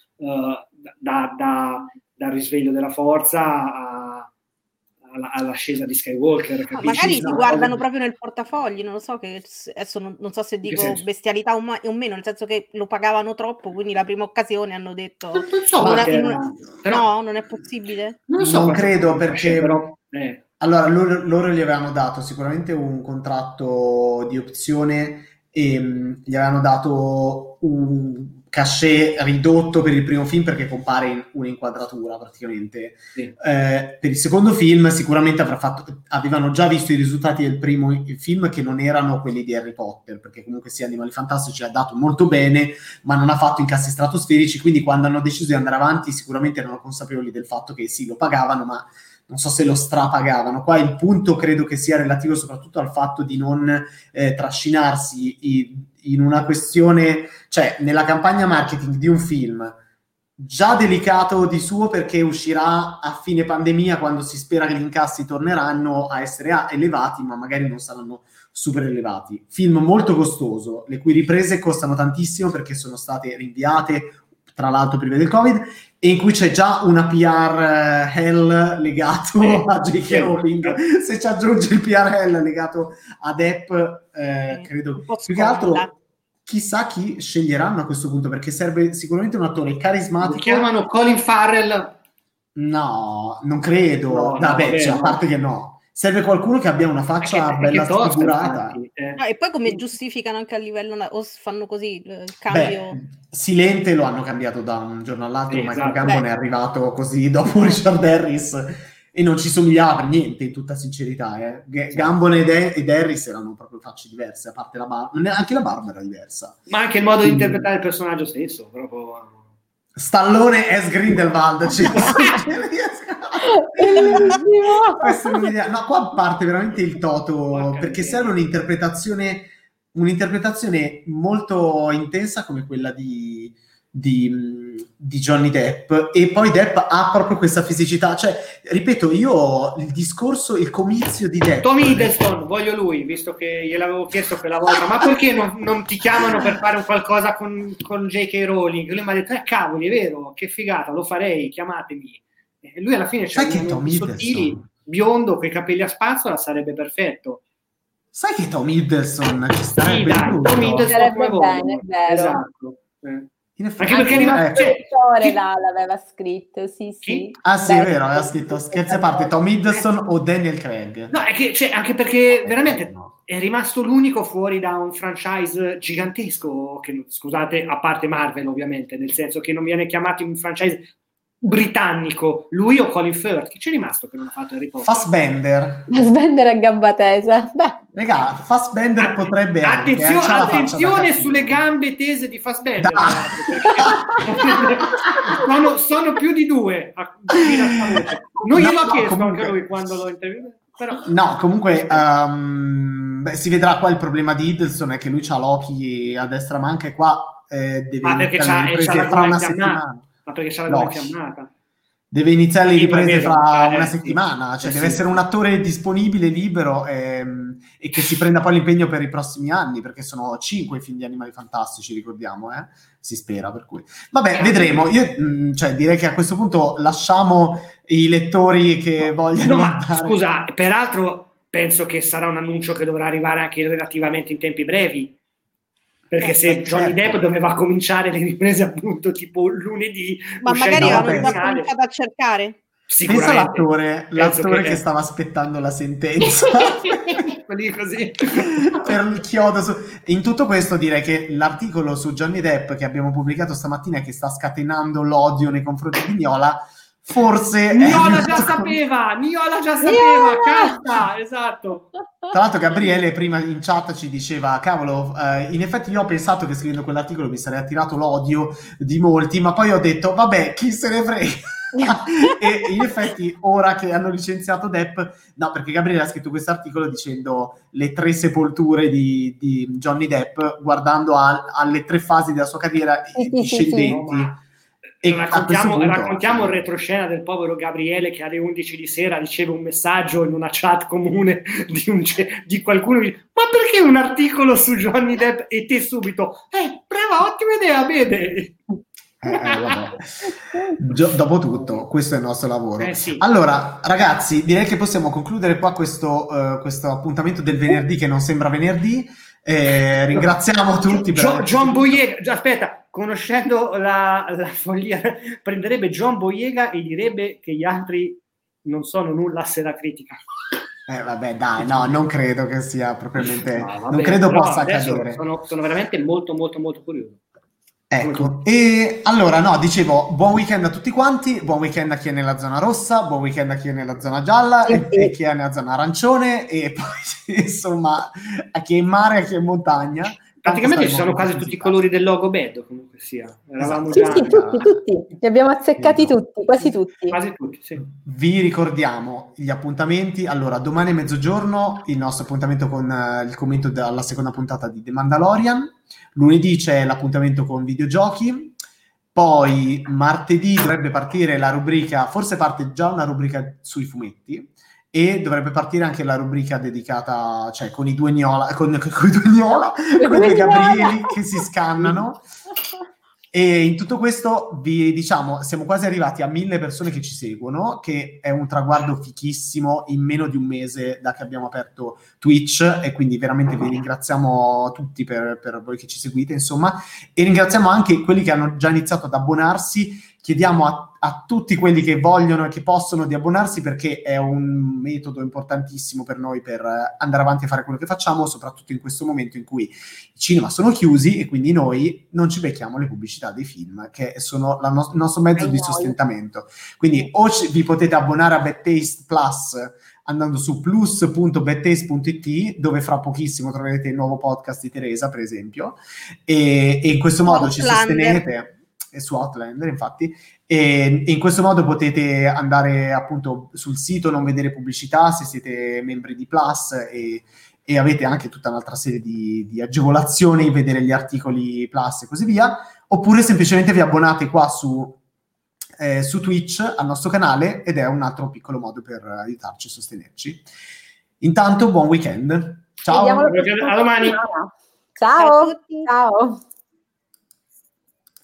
dal risveglio della forza all'ascesa di Skywalker. Magari si guardano proprio nel portafogli, non lo so, che adesso non so se dico bestialità o meno, nel senso che lo pagavano troppo, quindi la prima occasione hanno detto no, non è possibile. Non credo, perché allora loro gli avevano dato sicuramente un contratto di opzione e gli avevano dato un cachet ridotto per il primo film, perché compare in un'inquadratura praticamente. Per il secondo film sicuramente avevano già visto i risultati del primo film, che non erano quelli di Harry Potter, perché comunque sia Animali Fantastici ha dato molto bene ma non ha fatto incassi stratosferici, quindi quando hanno deciso di andare avanti sicuramente erano consapevoli del fatto che sì, lo pagavano, ma non so se lo strapagavano. Qua il punto credo che sia relativo soprattutto al fatto di non trascinarsi in una questione, cioè nella campagna marketing di un film già delicato di suo, perché uscirà a fine pandemia, quando si spera che gli incassi torneranno a essere elevati, ma magari non saranno super elevati. Film molto costoso, le cui riprese costano tantissimo perché sono state rinviate, tra l'altro prima del Covid, e in cui c'è già una PR hell legato a J.K. Rowling. Se ci aggiunge il PR hell legato a Depp, credo più che altro chissà chi sceglieranno a questo punto, perché serve sicuramente un attore carismatico. Lo chiamano Colin Farrell? No, non credo. A parte che no. serve qualcuno che abbia una faccia bella sfigurata. E poi come giustificano anche a livello o fanno così il cambio? Silente lo hanno cambiato da un giorno all'altro, Michael Gambon è arrivato così dopo Richard Harris e non ci somigliava per niente, in tutta sincerità. Gambon ed Harris erano proprio facce diverse, a parte la barba, anche la barba era diversa. Ma anche il modo di interpretare il personaggio stesso, proprio... Stallone es Grindelwald, no, qua parte veramente il toto, perché serve un'interpretazione molto intensa come quella di Johnny Depp, e poi Depp ha proprio questa fisicità, cioè ripeto, io il discorso, il comizio di Depp, Tom Hiddleston, voglio lui, visto che gliel'avevo chiesto quella volta, ma perché non ti chiamano per fare un qualcosa con J.K. Rowling? Lui mi ha detto, cavoli, è vero, che figata, lo farei, chiamatemi. E lui alla fine c'ha dei sottili, biondo, coi capelli a spazzola, sarebbe perfetto. Sai che Tom Hiddleston ci starebbe? Sì, dai, Tom Hiddleston come bene, è vero. Esatto. Anche perché l'aveva scritto, sì. Ah sì, è vero, aveva scritto, scherzi a parte, Tom Hiddleston o Daniel Craig. No, è che anche perché veramente è rimasto l'unico fuori da un franchise gigantesco, che, scusate, a parte Marvel ovviamente, nel senso che non viene chiamato un franchise britannico, lui o Colin Firth, chi c'è rimasto che non ha fatto Harry Potter? Fassbender a gamba tesa. Regà, Fassbender potrebbe attenzione sulle gambe tese di Fassbender, sono più di due non gliel'ho chiesto comunque, anche lui quando l'ho intervistato, però... no, comunque si vedrà. Qua il problema di Hiddleston è che lui c'ha l'occhi a destra manca e qua deve iniziare fra una settimana. Ma perché c'è la gola fiammata? Deve iniziare le riprese fra una settimana, cioè deve essere un attore disponibile, libero e che si prenda poi l'impegno per i prossimi anni, perché sono 5 i film di Animali Fantastici, ricordiamo, si spera, per cui vabbè, vedremo. Io direi che a questo punto lasciamo i lettori che vogliono guardare. Scusa, peraltro penso che sarà un annuncio che dovrà arrivare anche relativamente in tempi brevi, perché se Johnny Depp doveva cominciare le riprese appunto tipo lunedì, ma magari hanno già cominciato a cercare. Pensa l'attore che stava aspettando la sentenza così per il chiodo in tutto questo. Direi che l'articolo su Johnny Depp che abbiamo pubblicato stamattina e che sta scatenando l'odio nei confronti di Niola, forse Niola già sapeva, cazzo, esatto. Tra l'altro Gabriele prima in chat ci diceva, cavolo, in effetti io ho pensato che scrivendo quell'articolo mi sarei attirato l'odio di molti, ma poi ho detto, vabbè, chi se ne frega. E in effetti ora che hanno licenziato Depp, no, perché Gabriele ha scritto questo articolo dicendo le 3 sepolture di Johnny Depp, guardando alle 3 fasi della sua carriera discendenti. E raccontiamo il retroscena del povero Gabriele che alle 11 di sera riceve un messaggio in una chat comune di qualcuno che dice, ma perché un articolo su Johnny Depp? E te subito, brava, ottima idea, vede. Dopo tutto, questo è il nostro lavoro. Sì. Allora, ragazzi, direi che possiamo concludere qua questo appuntamento del venerdì che non sembra venerdì. Ringraziamo tutti per John Boyega, aspetta, conoscendo la follia, prenderebbe John Boyega e direbbe che gli altri non sono nulla se la critica. Vabbè, dai, no, non credo che sia propriamente non credo possa accadere. Sono veramente molto molto molto curioso. Ecco, e allora no, dicevo, buon weekend a tutti quanti, buon weekend a chi è nella zona rossa, buon weekend a chi è nella zona gialla e chi è nella zona arancione, e poi insomma a chi è in mare e a chi è in montagna. Praticamente ci sono quasi tutti i colori del logo BED, comunque sia. Eravamo già... Sì, tutti. Li abbiamo azzeccati tutti, quasi tutti. Quasi tutti, sì. Vi ricordiamo gli appuntamenti. Allora, domani a mezzogiorno il nostro appuntamento con il commento della seconda puntata di The Mandalorian. Lunedì c'è l'appuntamento con videogiochi. Poi martedì dovrebbe partire la rubrica, forse parte già una rubrica sui fumetti, e dovrebbe partire anche la rubrica dedicata, cioè con i due Niola, con i due Gabrieli che si scannano. E in tutto questo vi diciamo, siamo quasi arrivati a 1000 persone che ci seguono, che è un traguardo fichissimo in meno di un mese da che abbiamo aperto Twitch, e quindi veramente vi ringraziamo tutti per voi che ci seguite, insomma, e ringraziamo anche quelli che hanno già iniziato ad abbonarsi, chiediamo a tutti quelli che vogliono e che possono di abbonarsi, perché è un metodo importantissimo per noi per andare avanti a fare quello che facciamo, soprattutto in questo momento in cui i cinema sono chiusi e quindi noi non ci becchiamo le pubblicità dei film, che sono il nostro mezzo di sostentamento. Quindi o vi potete abbonare a Bad Taste Plus andando su plus.badtaste.it, dove fra pochissimo troverete il nuovo podcast di Teresa, per esempio, e in questo modo ci sostenete, su Outlander infatti, e in questo modo potete andare appunto sul sito, non vedere pubblicità se siete membri di Plus, e avete anche tutta un'altra serie di agevolazioni, vedere gli articoli Plus e così via, oppure semplicemente vi abbonate qua su Twitch al nostro canale, ed è un altro piccolo modo per aiutarci a sostenerci. Intanto buon weekend, ciao, a domani. Ciao a tutti. Ciao.